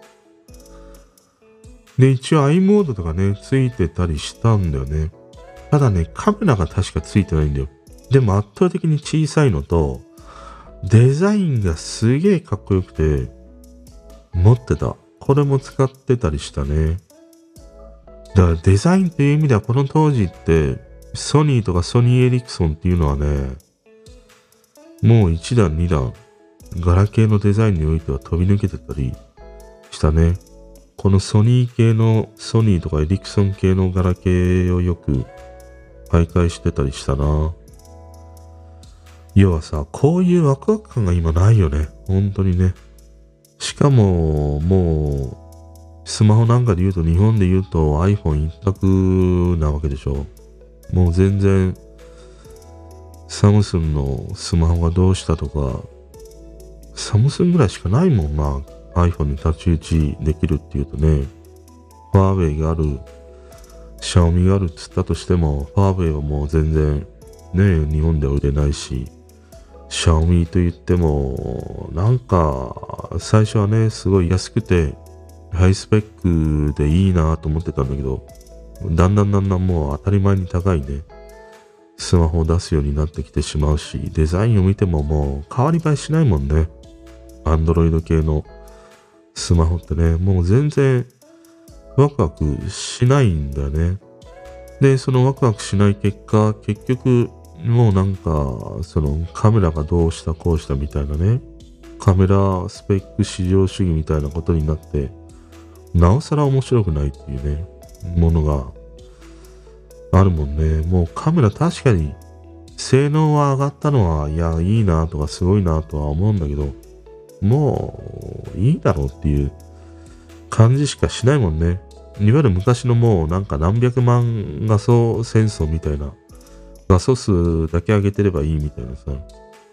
で、一応 i モードとかね、ついてたりしたんだよね。ただね、カメラが確かついてないんだよ。でも圧倒的に小さいのと、デザインがすげえかっこよくて、持ってた。これも使ってたりしたね。だからデザインという意味ではこの当時ってソニーとかソニーエリクソンっていうのはね、もう1段2段ガラケーのデザインにおいては飛び抜けてたりしたね。このソニー系のソニーとかエリクソン系のガラケーをよく徘徊してたりしたな。要はさ、こういうワクワク感が今ないよね。本当にね。しかも、もう、スマホなんかで言うと、日本で言うと iPhone 一択なわけでしょ。もう全然、サムスンのスマホがどうしたとか、サムスンぐらいしかないもんな。iPhone に太刀打ちできるっていうとね、ファーウェイがある、シャオミがあるっつったとしても、ファーウェイはもう全然、ね、日本では売れないし、シャオミと言っても、なんか、最初はね、すごい安くて、ハイスペックでいいなと思ってたんだけど、だんだんもう当たり前に高いね、スマホを出すようになってきてしまうし、デザインを見てももう変わり映えしないもんね。アンドロイド系のスマホってね、もう全然ワクワクしないんだよね。で、そのワクワクしない結果、結局、もうなんか、そのカメラがどうしたこうしたみたいなね、カメラスペック至上主義みたいなことになって、なおさら面白くないっていうね、ものがあるもんね。もうカメラ確かに性能は上がったのは、いや、いいなとかすごいなとは思うんだけど、もういいだろうっていう感じしかしないもんね。いわゆる昔のもうなんか何百万画素戦争みたいな、画素数だけ上げてればいいみたいなさ、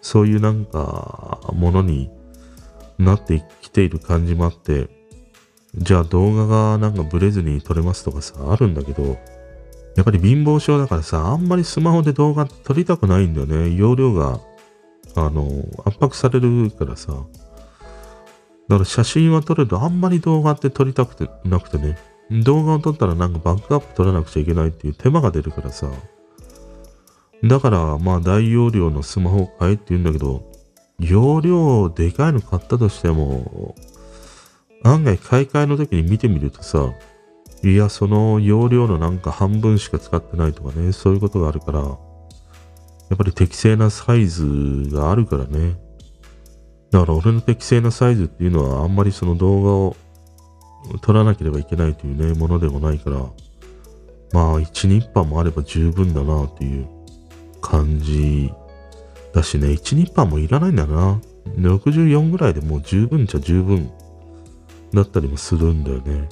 そういうなんか、ものになってきている感じもあって、じゃあ動画がなんかブレずに撮れますとかさ、あるんだけど、やっぱり貧乏症だからさ、あんまりスマホで動画撮りたくないんだよね。容量が、圧迫されるからさ。だから写真は撮れるとあんまり動画って撮りたくてなくてね。動画を撮ったらなんかバックアップ撮らなくちゃいけないっていう手間が出るからさ。だからまあ大容量のスマホを買えって言うんだけど、容量でかいの買ったとしても、案外買い替えの時に見てみるとさ、いや、その容量のなんか半分しか使ってないとかね、そういうことがあるから、やっぱり適正なサイズがあるからね。だから俺の適正なサイズっていうのはあんまりその動画を撮らなければいけないというね、ものでもないから、まあ1、2版もあれば十分だなっていう感じだしね、1、2版もいらないんだな。64ぐらいでもう十分っちゃ十分だったりもするんだよね。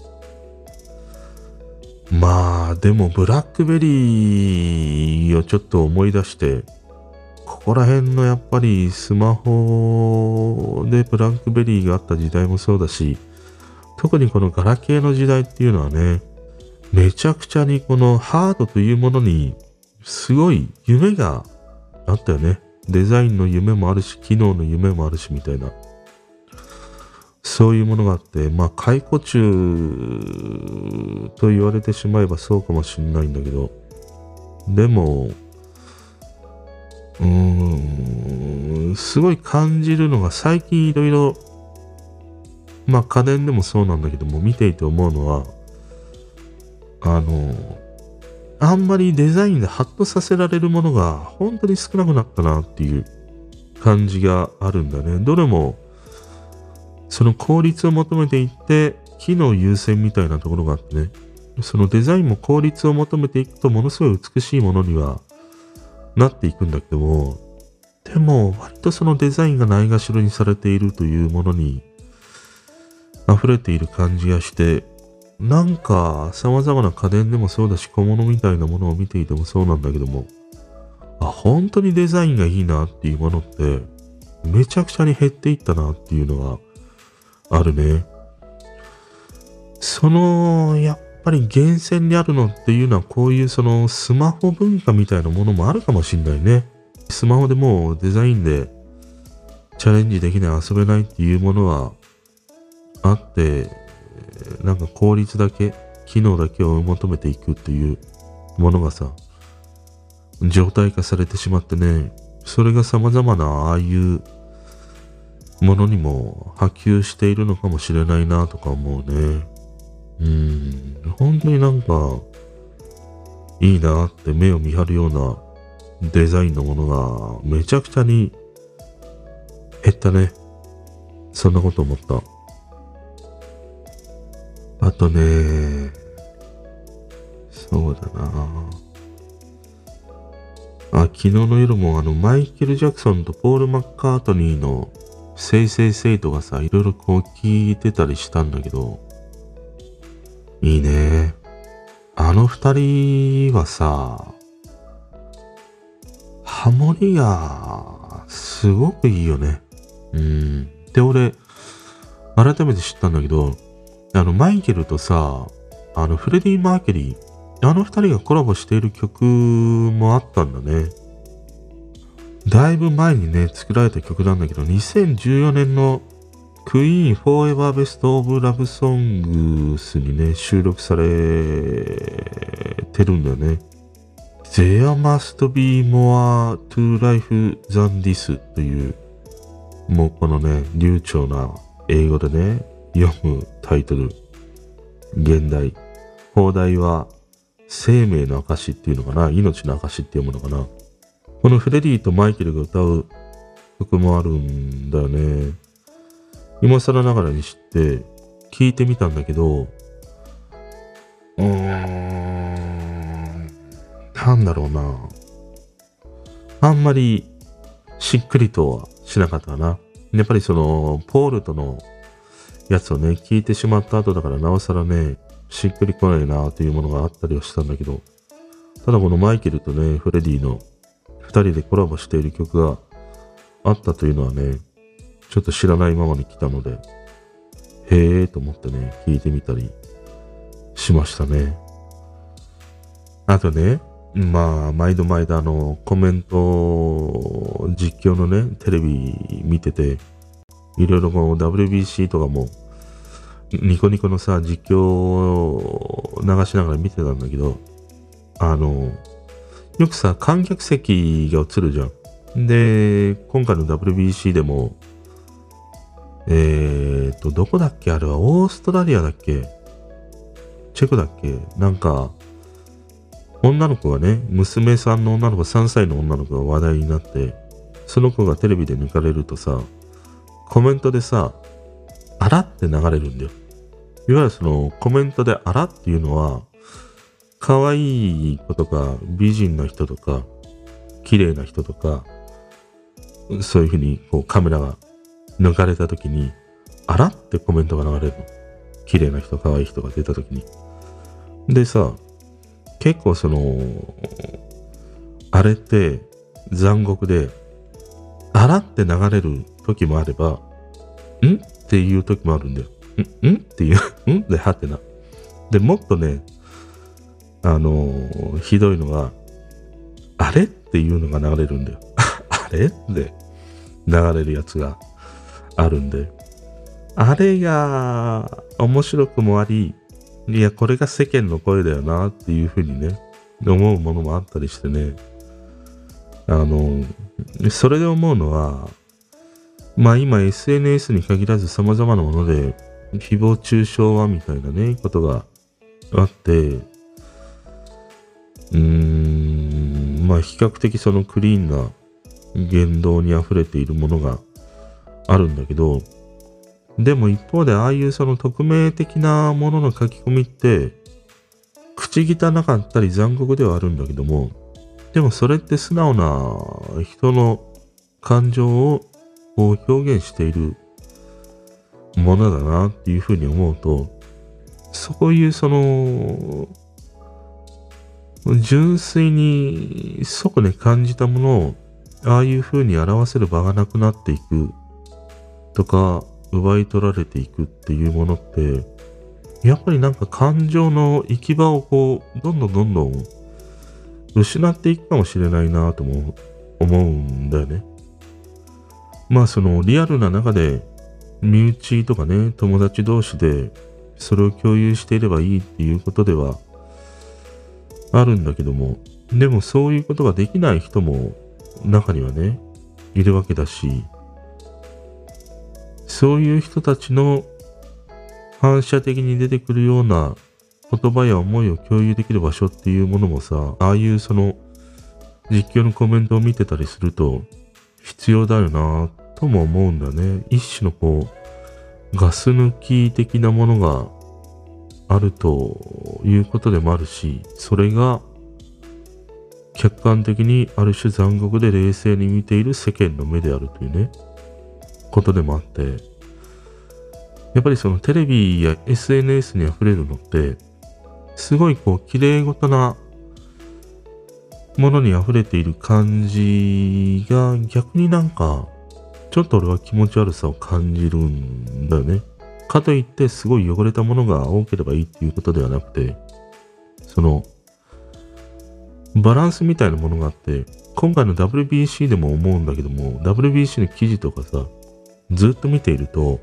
まあでもブラックベリーをちょっと思い出して、ここら辺のやっぱりスマホでブラックベリーがあった時代もそうだし、特にこのガラケーの時代っていうのはね、めちゃくちゃにこのハードというものにすごい夢があったよね。デザインの夢もあるし、機能の夢もあるしみたいな。そういうものがあって、まあ解雇中と言われてしまえばそうかもしれないんだけど、でも、すごい感じるのが最近いろいろ、まあ家電でもそうなんだけども、見ていて思うのは、あんまりデザインでハッとさせられるものが本当に少なくなったなっていう感じがあるんだね。どれもその効率を求めていって機能優先みたいなところがあってね。そのデザインも効率を求めていくとものすごい美しいものにはなっていくんだけども、でも割とそのデザインがないがしろにされているというものに溢れている感じがして、なんか様々な家電でもそうだし小物みたいなものを見ていてもそうなんだけども、本当にデザインがいいなっていうものってめちゃくちゃに減っていったなっていうのがあるね。やっぱり源泉にあるのっていうのはこういうそのスマホ文化みたいなものもあるかもしんないね。スマホでもうデザインでチャレンジできない、遊べないっていうものはあって、なんか効率だけ、機能だけを追い求めていくっていうものがさ、状態化されてしまってね、それが様々なああいうものにも波及しているのかもしれないなとか思うね。本当になんかいいなって目を見張るようなデザインのものがめちゃくちゃに減ったね。そんなこと思った。あとね、そうだな。昨日の夜もマイケル・ジャクソンとポール・マッカートニーのせいせいせいとかさ、いろいろこう聞いてたりしたんだけど、いいね。あの二人はさ、ハモリがすごくいいよね。で、俺、改めて知ったんだけど、マイケルとさ、フレディ・マーキュリー、あの二人がコラボしている曲もあったんだね。だいぶ前にね、作られた曲なんだけど、2014年のクイーンフォーエバーベストオブラブソングスにね、収録されてるんだよね。There must be more to life than this という、もうこのね、流暢な英語でね、読むタイトル。現代。放題は、生命の証っていうのかな、命の証っていうものかな。このフレディとマイケルが歌う曲もあるんだよね。今更ながらに知って聞いてみたんだけど、なんだろうな。あんまりしっくりとはしなかったかな。やっぱりその、ポールとのやつをね、聞いてしまった後だからなおさらね、しっくりこないなというものがあったりはしたんだけど、ただこのマイケルとね、フレディの二人でコラボしている曲が、 あったというのはね、ちょっと知らないままに来たので、へーと思ってね、聞いてみたりしましたね。あとね、まあ、毎度コメント、実況のね、テレビ見てて、いろいろこう WBC とかも、ニコニコのさ、実況を流しながら見てたんだけど、よくさ、観客席が映るじゃん。で、今回の WBC でも、どこだっけあれはオーストラリアだっけチェコだっけなんか、女の子がね、娘さんの女の子、3歳の女の子が話題になって、その子がテレビで抜かれるとさ、コメントでさ、あらって流れるんだよ。いわゆるそのコメントであらっていうのは、可愛い子とか、美人な人とか、綺麗な人とか、そういうふうにこうカメラが抜かれた時に、あらってコメントが流れるの。綺麗な人、可愛い人が出た時に。でさ、結構その、あれって残酷で、あらって流れる時もあれば、んっていう時もあるんだよ。んっていう、んで、はてな。で、もっとね、ひどいのが、あれっていうのが流れるんだよ。あれで流れるやつがあるんで、あれが面白くもあり、いや、これが世間の声だよなっていうふうにね、思うものもあったりしてね、それで思うのは、まあ今 SNS に限らず様々なもので、誹謗中傷はみたいなね、ことがあって、まあ比較的そのクリーンな言動に溢れているものがあるんだけど、でも一方でああいうその匿名的なものの書き込みって、口汚かったり残酷ではあるんだけども、でもそれって素直な人の感情をこう表現しているものだなっていうふうに思うと、そういうその純粋に即ね感じたものをああいうふうに表せる場がなくなっていくとか奪い取られていくっていうものってやっぱりなんか感情の行き場をこうどんどん失っていくかもしれないなとも思うんだよね。まあそのリアルな中で身内とかね友達同士でそれを共有していればいいっていうことではあるんだけども、でもそういうことができない人も中にはねいるわけだし、そういう人たちの反射的に出てくるような言葉や思いを共有できる場所っていうものもさ、ああいうその実況のコメントを見てたりすると必要だよなとも思うんだね。一種のこうガス抜き的なものがあるということでもあるし、それが客観的にある種残酷で冷静に見ている世間の目であるというねことでもあって、やっぱりそのテレビや SNS に溢れるのってすごいこう綺麗事なものに溢れている感じが逆になんかちょっと俺は気持ち悪さを感じるんだよね。かといってすごい汚れたものが多ければいいっていうことではなくて、そのバランスみたいなものがあって、今回の WBC でも思うんだけども、 WBC の記事とかさずっと見ていると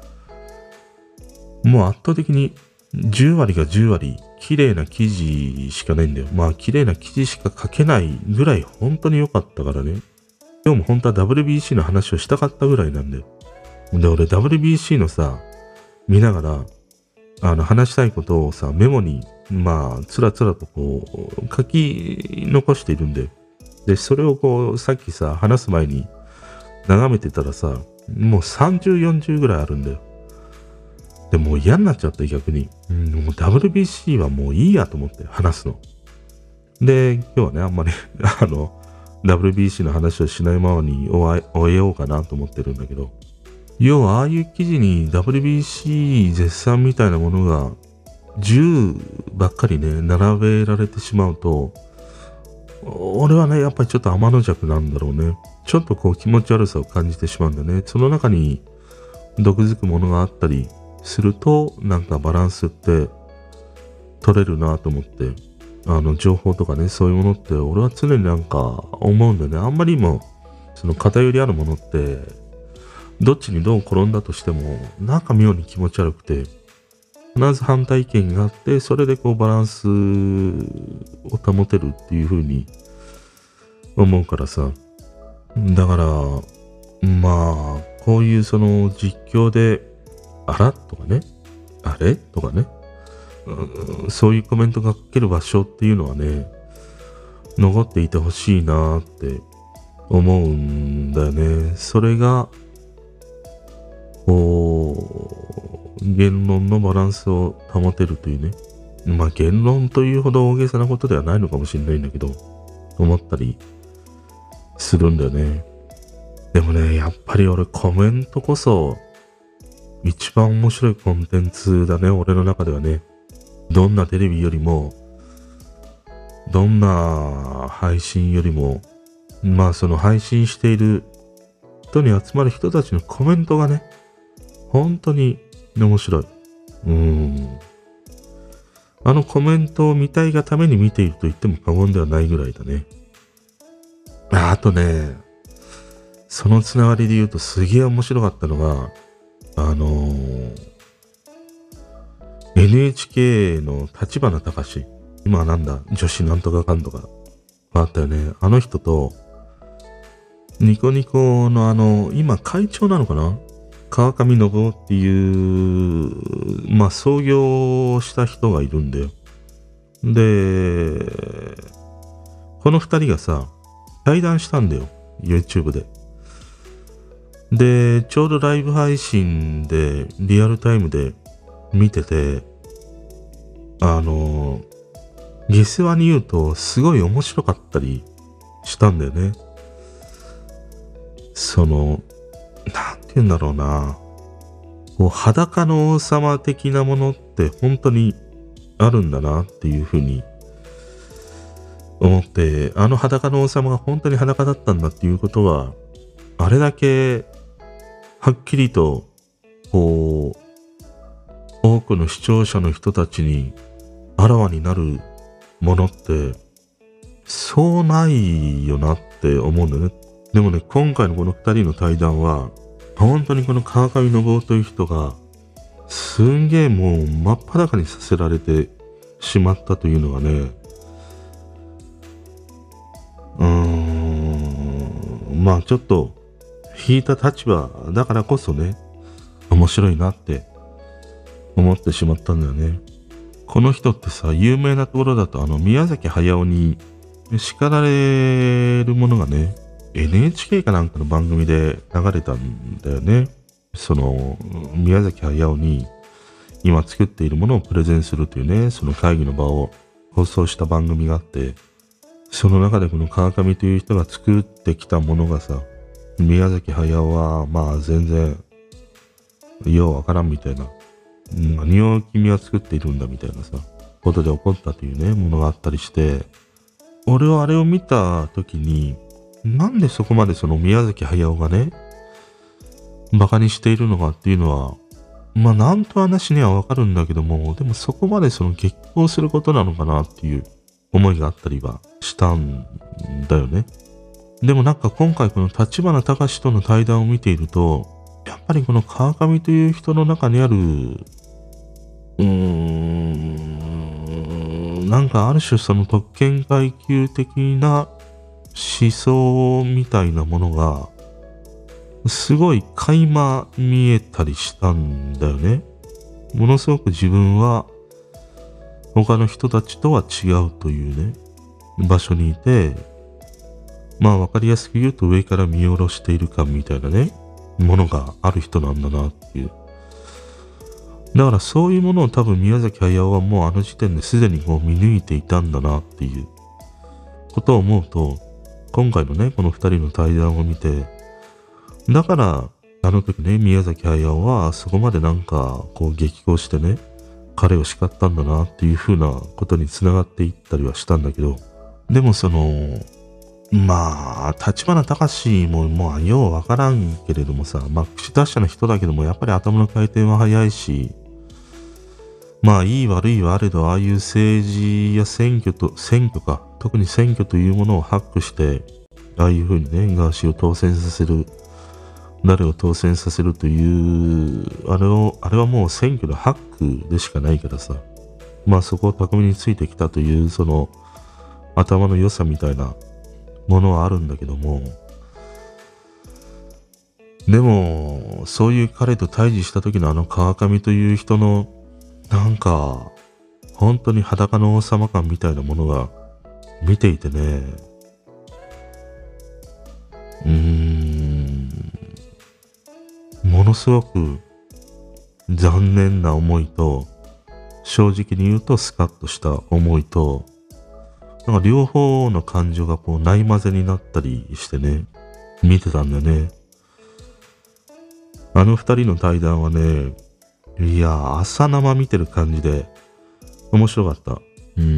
もう圧倒的に10割が10割綺麗な記事しかないんだよ。まあ綺麗な記事しか書けないぐらい本当に良かったからね。今日も本当は WBC の話をしたかったぐらいなんだよ。で俺 WBC のさ見ながら話したいことをさメモにまあつらつらとこう書き残しているんだよ。でそれをこうさっきさ話す前に眺めてたらさもう30、40ぐらいあるんだよ。でもう嫌になっちゃって逆に、もう WBC はもういいやと思って話すの。で今日はねあんまりWBC の話をしないままに終えようかなと思ってるんだけど、要はああいう記事に WBC 絶賛みたいなものが10ばっかりね並べられてしまうと、 俺はね、やっぱりちょっと天の弱なんだろうね。ちょっとこう気持ち悪さを感じてしまうんだよね。その中に毒づくものがあったりすると、なんかバランスって取れるなと思って、情報とかね、そういうものって俺は常になんか思うんだよね。あんまりにも、その偏りあるものって、どっちにどう転んだとしても、なんか妙に気持ち悪くて、必ず反対意見があって、それでこうバランスを保てるっていう風に思うからさ。だから、まあ、こういうその実況で、あらとかね、あれとかね、そういうコメントが書ける場所っていうのはね、残っていてほしいなって思うんだよね。それが、こう、言論のバランスを保てるというね。まあ言論というほど大げさなことではないのかもしれないんだけど、思ったりするんだよね。でもね、やっぱり俺コメントこそ一番面白いコンテンツだね、俺の中ではね。どんなテレビよりも、どんな配信よりも、まあその配信している人に集まる人たちのコメントがね、本当に面白い。あのコメントを見たいがために見ていると言っても過言ではないぐらいだね。あとね、そのつながりで言うとすげえ面白かったのが、NHK の立花隆、今はなんだ、女子なんとかかんとか、あったよね。あの人と、ニコニコの今会長なのかな、川上信夫っていう、まあ創業した人がいるんだよ。で、この二人がさ、対談したんだよ。YouTube で。で、ちょうどライブ配信で、リアルタイムで見てて、下世話に言うと、すごい面白かったりしたんだよね。なんて言うんだろうな。こう、裸の王様的なものって本当にあるんだなっていうふうに思って、あの裸の王様が本当に裸だったんだっていうことは、あれだけはっきりと、こう、多くの視聴者の人たちにあらわになるものって、そうないよなって思うんだよね。でもね、今回のこの二人の対談は、本当にこの川上信夫という人が、すんげえもう真っ裸にさせられてしまったというのがね、まあちょっと引いた立場だからこそね、面白いなって思ってしまったんだよね。この人ってさ、有名なところだと宮崎駿に叱られるものがね、NHK かなんかの番組で流れたんだよね。宮崎駿に今作っているものをプレゼンするというね、その会議の場を放送した番組があって、その中でこの川上という人が作ってきたものがさ、宮崎駿はまあ全然ようわからんみたいな、何を君は作っているんだみたいなさ、ことで起こったというね、ものがあったりして、俺はあれを見た時に、なんでそこまでその宮崎駿がね、バカにしているのかっていうのは、まあなんと話にはわかるんだけども、でもそこまでその激高することなのかなっていう思いがあったりはしたんだよね。でもなんか今回この立花隆との対談を見ていると、やっぱりこの川上という人の中にある、なんかある種その特権階級的な思想みたいなものが、すごい垣間見えたりしたんだよね。ものすごく自分は他の人たちとは違うというね、場所にいて、まあわかりやすく言うと上から見下ろしている感みたいなね、ものがある人なんだなっていう。だからそういうものを多分宮崎駿はもうあの時点ですでにこう見抜いていたんだなっていうことを思うと、今回のね、この二人の対談を見て、だからあの時ね、宮崎駿はそこまでなんかこう激高してね、彼を叱ったんだなっていう風なことに繋がっていったりはしたんだけど、 でもまあ、立花隆ももうようわからんけれどもさ、まあ、口達者の人だけども、やっぱり頭の回転は早いし、まあ、いい悪いはあれど、ああいう政治や選挙か、特に選挙というものをハックして、ああいうふうにね、ガーシーを当選させる、誰を当選させるという、あれはもう選挙のハックでしかないからさ、まあそこを巧みについてきたという、頭の良さみたいなものはあるんだけども、でも、そういう彼と対峙した時の川上という人の、なんか、本当に裸の王様感みたいなものが見ていてね、ものすごく残念な思いと、正直に言うとスカッとした思いと、なんか両方の感情がこうない混ぜになったりしてね、見てたんだよね。あの二人の対談はね、いや、朝生見てる感じで面白かった。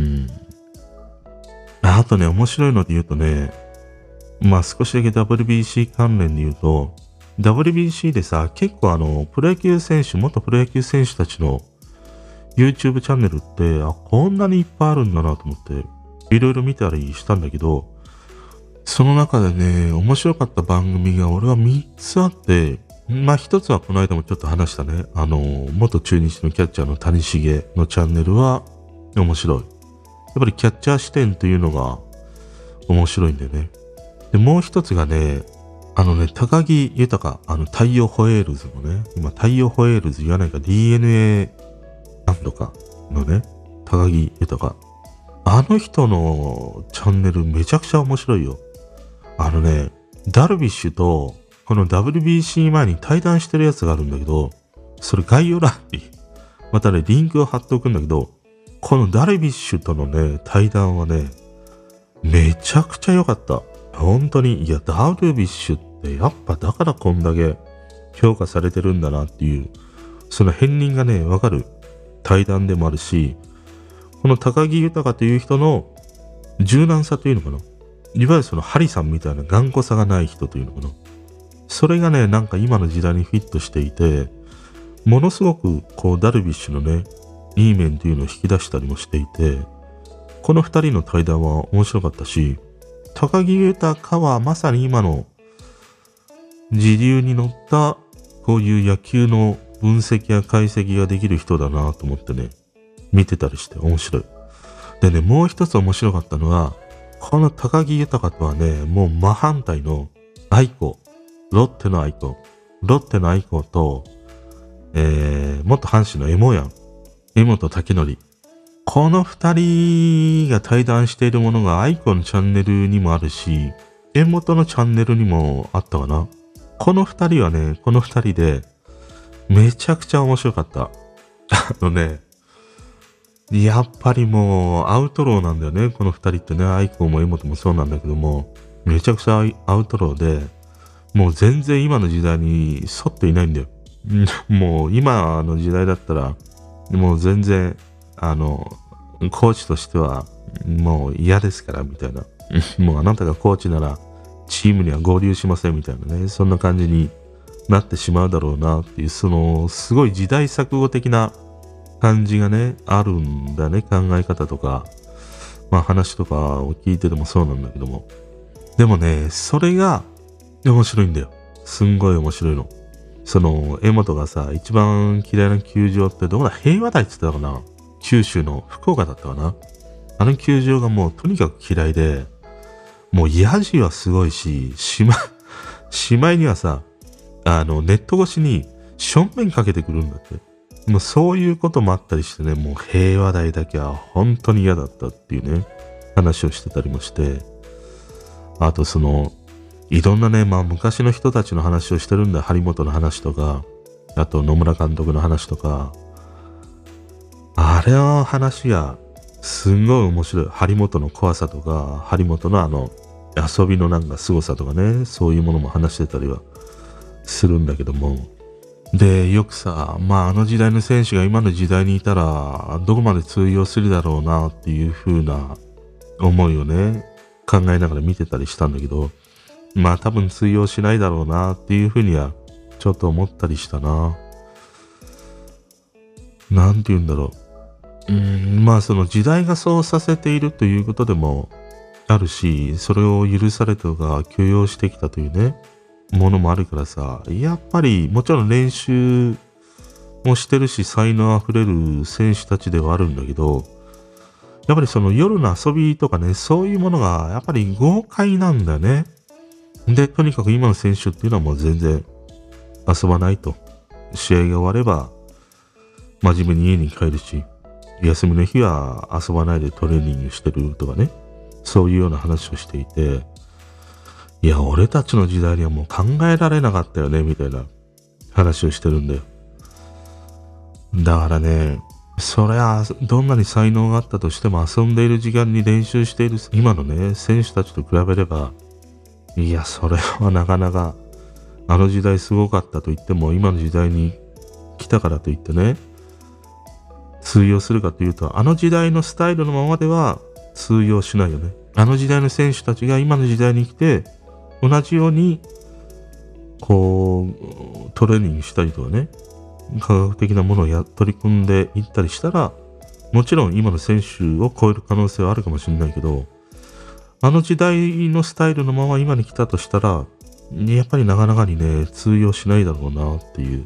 あとね、面白いので言うとね、まあ少しだけ WBC 関連で言うと、WBC でさ、結構元プロ野球選手たちの YouTube チャンネルって、こんなにいっぱいあるんだなと思って、いろいろ見たりしたんだけど、その中でね、面白かった番組が俺は3つあって、まあ一つはこの間もちょっと話したね、元中日のキャッチャーの谷繁のチャンネルは面白い。やっぱりキャッチャー視点というのが面白いんだよね。で、もう一つがね、高木豊、太陽ホエールズのね、今太陽ホエールズ言わないか DNA なんとかのね、高木豊。あの人のチャンネルめちゃくちゃ面白いよ。ダルビッシュとこの WBC 前に対談してるやつがあるんだけど、それ概要欄にまたね、リンクを貼っておくんだけど、このダルビッシュとのね、対談はね、めちゃくちゃ良かった。本当に、いや、ダルビッシュってやっぱだからこんだけ評価されてるんだなっていう、その片鱗がね、わかる対談でもあるし、この高木豊という人の柔軟さというのかな。いわゆるそのハリさんみたいな頑固さがない人というのかな。それがね、なんか今の時代にフィットしていて、ものすごくこうダルビッシュのね、いい面というのを引き出したりもしていて、この二人の対談は面白かったし、高木豊はまさに今の時流に乗ったこういう野球の分析や解析ができる人だなと思ってね、見てたりして面白い。でね、もう一つ面白かったのは、この高木豊とはね、もう真反対の愛子、ロッテの愛子と、元阪神の江本武則。この二人が対談しているものが愛子のチャンネルにもあるし、江本のチャンネルにもあったかな。この二人はね、この二人でめちゃくちゃ面白かった。やっぱりもうアウトローなんだよね、この二人ってね。愛子も江本もそうなんだけども、めちゃくちゃアウトローで、もう全然今の時代に沿っていないんだよ。もう今の時代だったら、もう全然、コーチとしてはもう嫌ですからみたいな。もうあなたがコーチならチームには合流しませんみたいなね。そんな感じになってしまうだろうなっていう、すごい時代錯誤的な感じがね、あるんだね。考え方とか、まあ話とかを聞いててもそうなんだけども。でもね、それが面白いんだよ。すんごい面白いの。江本がさ、一番嫌いな球場ってどこだ？平和台って言ってたかな？九州の福岡だったかな？あの球場がもうとにかく嫌いで、もうヤジはすごいし、しまいにはさ、ネット越しに正面かけてくるんだって。もうそういうこともあったりしてね、もう平和台だけは本当に嫌だったっていうね、話をしてたりもして、あといろんなね、まあ昔の人たちの話をしてるんだ。張本の話とか、あと野村監督の話とか、あれの話がすんごい面白い。張本の怖さとか、張本の遊びのなんか凄さとかね、そういうものも話してたりはするんだけども。で、よくさ、まああの時代の選手が今の時代にいたら、どこまで通用するだろうなっていう風な思いをね、考えながら見てたりしたんだけど、まあ多分通用しないだろうなっていうふうにはちょっと思ったりしたな。なんて言うんだろう。まあその時代がそうさせているということでもあるし、それを許されたとか許容してきたというね、ものもあるからさ、やっぱりもちろん練習もしてるし、才能あふれる選手たちではあるんだけど、やっぱりその夜の遊びとかね、そういうものがやっぱり豪快なんだよね。で、とにかく今の選手っていうのはもう全然遊ばないと。試合が終われば真面目に家に帰るし、休みの日は遊ばないでトレーニングしてるとかね。そういうような話をしていて、いや、俺たちの時代にはもう考えられなかったよね、みたいな話をしてるんだよ。だからね、そりゃ、どんなに才能があったとしても遊んでいる時間に練習している今のね、選手たちと比べれば、いや、それはなかなか、あの時代すごかったと言っても、今の時代に来たからといってね、通用するかというと、あの時代のスタイルのままでは通用しないよね。あの時代の選手たちが今の時代に来て、同じように、こう、トレーニングしたりとかね、科学的なものを取り組んでいったりしたら、もちろん今の選手を超える可能性はあるかもしれないけど、あの時代のスタイルのまま今に来たとしたら、やっぱりなかなかにね、通用しないだろうなっていう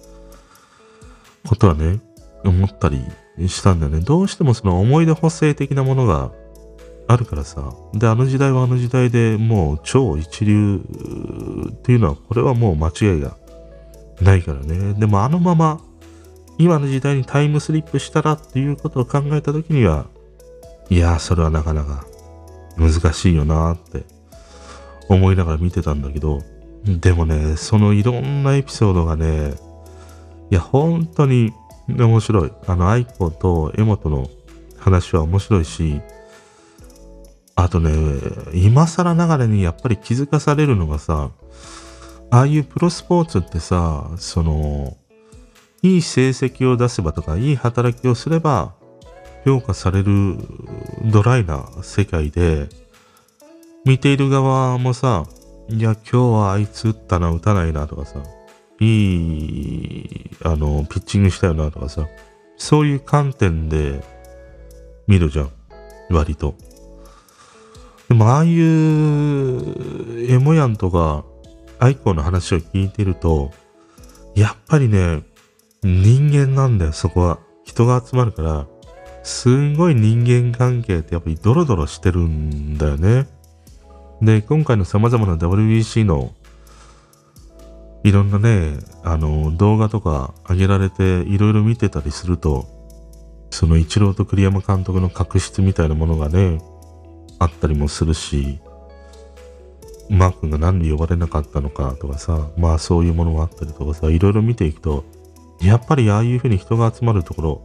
ことはね、思ったりしたんだよね。どうしてもその思い出補正的なものがあるからさ。で、あの時代はあの時代でもう超一流っていうのは、これはもう間違いがないからね。でもあのまま今の時代にタイムスリップしたらっていうことを考えたときには、いやー、それはなかなか難しいよなーって思いながら見てたんだけど、でもね、そのいろんなエピソードがね、いや、本当に面白い。愛子と江本の話は面白いし、あとね、今更ながらにやっぱり気づかされるのがさ、ああいうプロスポーツってさ、いい成績を出せばとか、いい働きをすれば評価されるドライな世界で、見ている側もさ、いや、今日はあいつ打ったな、打たないなとかさ、いい、ピッチングしたよなとかさ、そういう観点で見るじゃん、割と。でも、ああいうエモヤンとか、アイコの話を聞いてると、やっぱりね、人間なんだよ、そこは。人が集まるから、すんごい人間関係ってやっぱりドロドロしてるんだよね。で、今回の様々な WBC のいろんなね、動画とか上げられていろいろ見てたりすると、そのイチローと栗山監督の確執みたいなものがね、あったりもするし、マー君が何で呼ばれなかったのかとかさ、まあそういうものがあったりとかさ、いろいろ見ていくと、やっぱりああいうふうに人が集まるところ、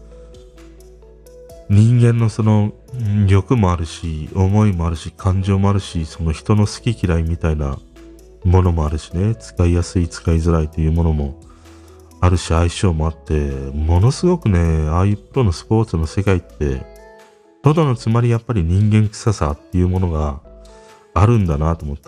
人間のその欲もあるし、思いもあるし、感情もあるし、その人の好き嫌いみたいなものもあるしね、使いやすい、使いづらいというものもあるし、相性もあって、ものすごくね、ああいうプロのスポーツの世界って、ただのつまりやっぱり人間臭さっていうものがあるんだなと思った。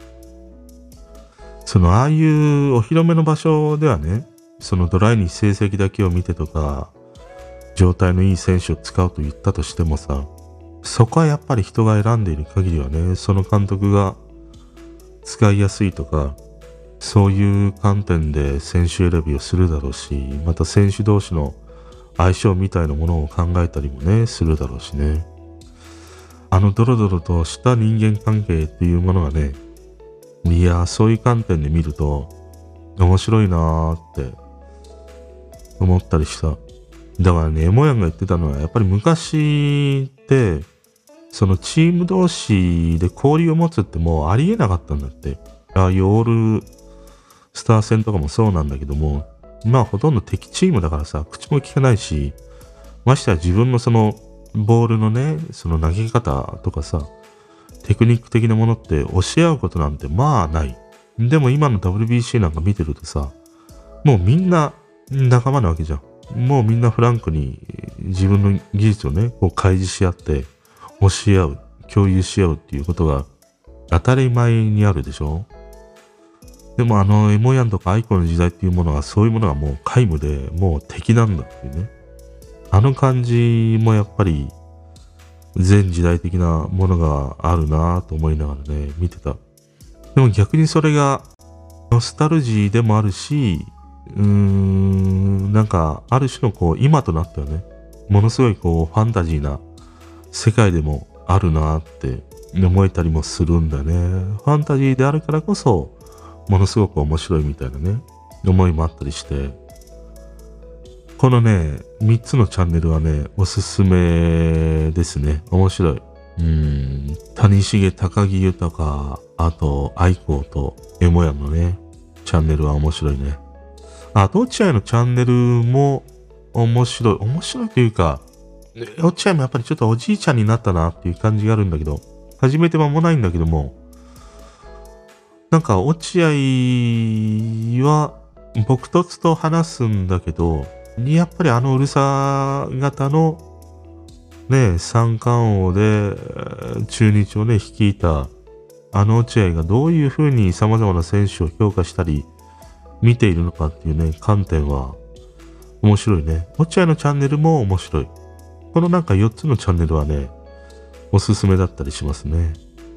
ああいうお披露目の場所ではね、そのドライに成績だけを見てとか、状態のいい選手を使うと言ったとしてもさ、そこはやっぱり人が選んでいる限りはね、その監督が使いやすいとか、そういう観点で選手選びをするだろうし、また選手同士の相性みたいなものを考えたりもね、するだろうしね。ドロドロとした人間関係っていうものがね、いや、そういう観点で見ると面白いなーって思ったりした。だからね、エモヤンが言ってたのは、やっぱり昔って、そのチーム同士で交流を持つってもうありえなかったんだって。ああいうオールスター戦とかもそうなんだけども、まあほとんど敵チームだからさ、口も聞かないし、ましては自分のそのボールのね、その投げ方とかさ、テクニック的なものって教え合うことなんてまあない。でも今の WBC なんか見てるとさ、もうみんな仲間なわけじゃん。もうみんなフランクに自分の技術をね、こう開示し合って、 教え合う、共有し合うっていうことが当たり前にあるでしょ。でもエモヤンとかアイコの時代っていうものはそういうものがもう皆無でもう敵なんだっていうね。あの感じもやっぱり全時代的なものがあるなぁと思いながらね、見てた。でも逆にそれがノスタルジーでもあるし、なんかある種のこう今となってはね、ものすごいこうファンタジーな世界でもあるなぁって思えたりもするんだね。ファンタジーであるからこそものすごく面白いみたいなね、思いもあったりして、このね、3つのチャンネルはね、おすすめですね。面白い。谷重、高木豊、あと、愛子とエモヤンのね、チャンネルは面白いね。あと、落合のチャンネルも面白い。面白いというか、落合もやっぱりちょっとおじいちゃんになったなっていう感じがあるんだけど、始めて間もないんだけども、なんか落合は、僕とつと話すんだけど、やっぱりうるさ型のね、三冠王で中日をね、率いた落合がどういうふうに様々な選手を評価したり見ているのかっていうね、観点は面白いね。落合のチャンネルも面白い。このなんか4つのチャンネルはね、おすすめだったりしますね。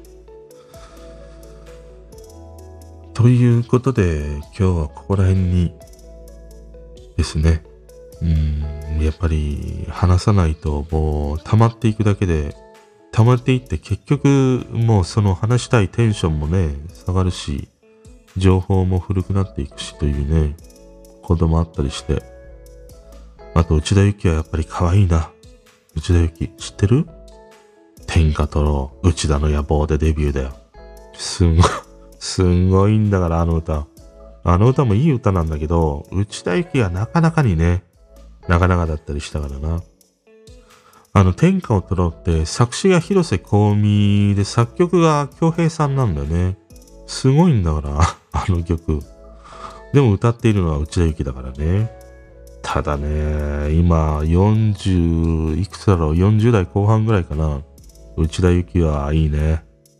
ということで、今日はここら辺にですね。やっぱり話さないともう溜まっていくだけで、溜まっていって結局もうその話したいテンションもね、下がるし、情報も古くなっていくしというね、こともあったりして。あと内田有紀はやっぱり可愛いな。内田有紀知ってる？天下取ろう、内田の野望でデビューだよ。すんごいんだからあの歌。あの歌もいい歌なんだけど、内田有紀はなかなかにね、なかなかだったりしたからな。天下を取ろうって作詞が広瀬香美で作曲が京平さんなんだよね。すごいんだから、あの曲。でも歌っているのは内田有紀だからね。ただね、今40いくつだろう、40代後半ぐらいかな。内田有紀はいいね。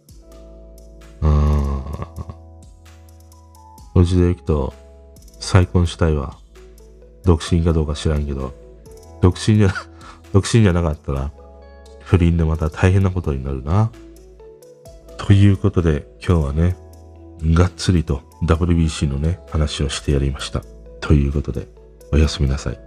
内田有紀と再婚したいわ。独身かどうか知らんけど、独身じゃなかったら、不倫でまた大変なことになるな。ということで、今日はね、がっつりと WBC のね、話をしてやりました。ということで、おやすみなさい。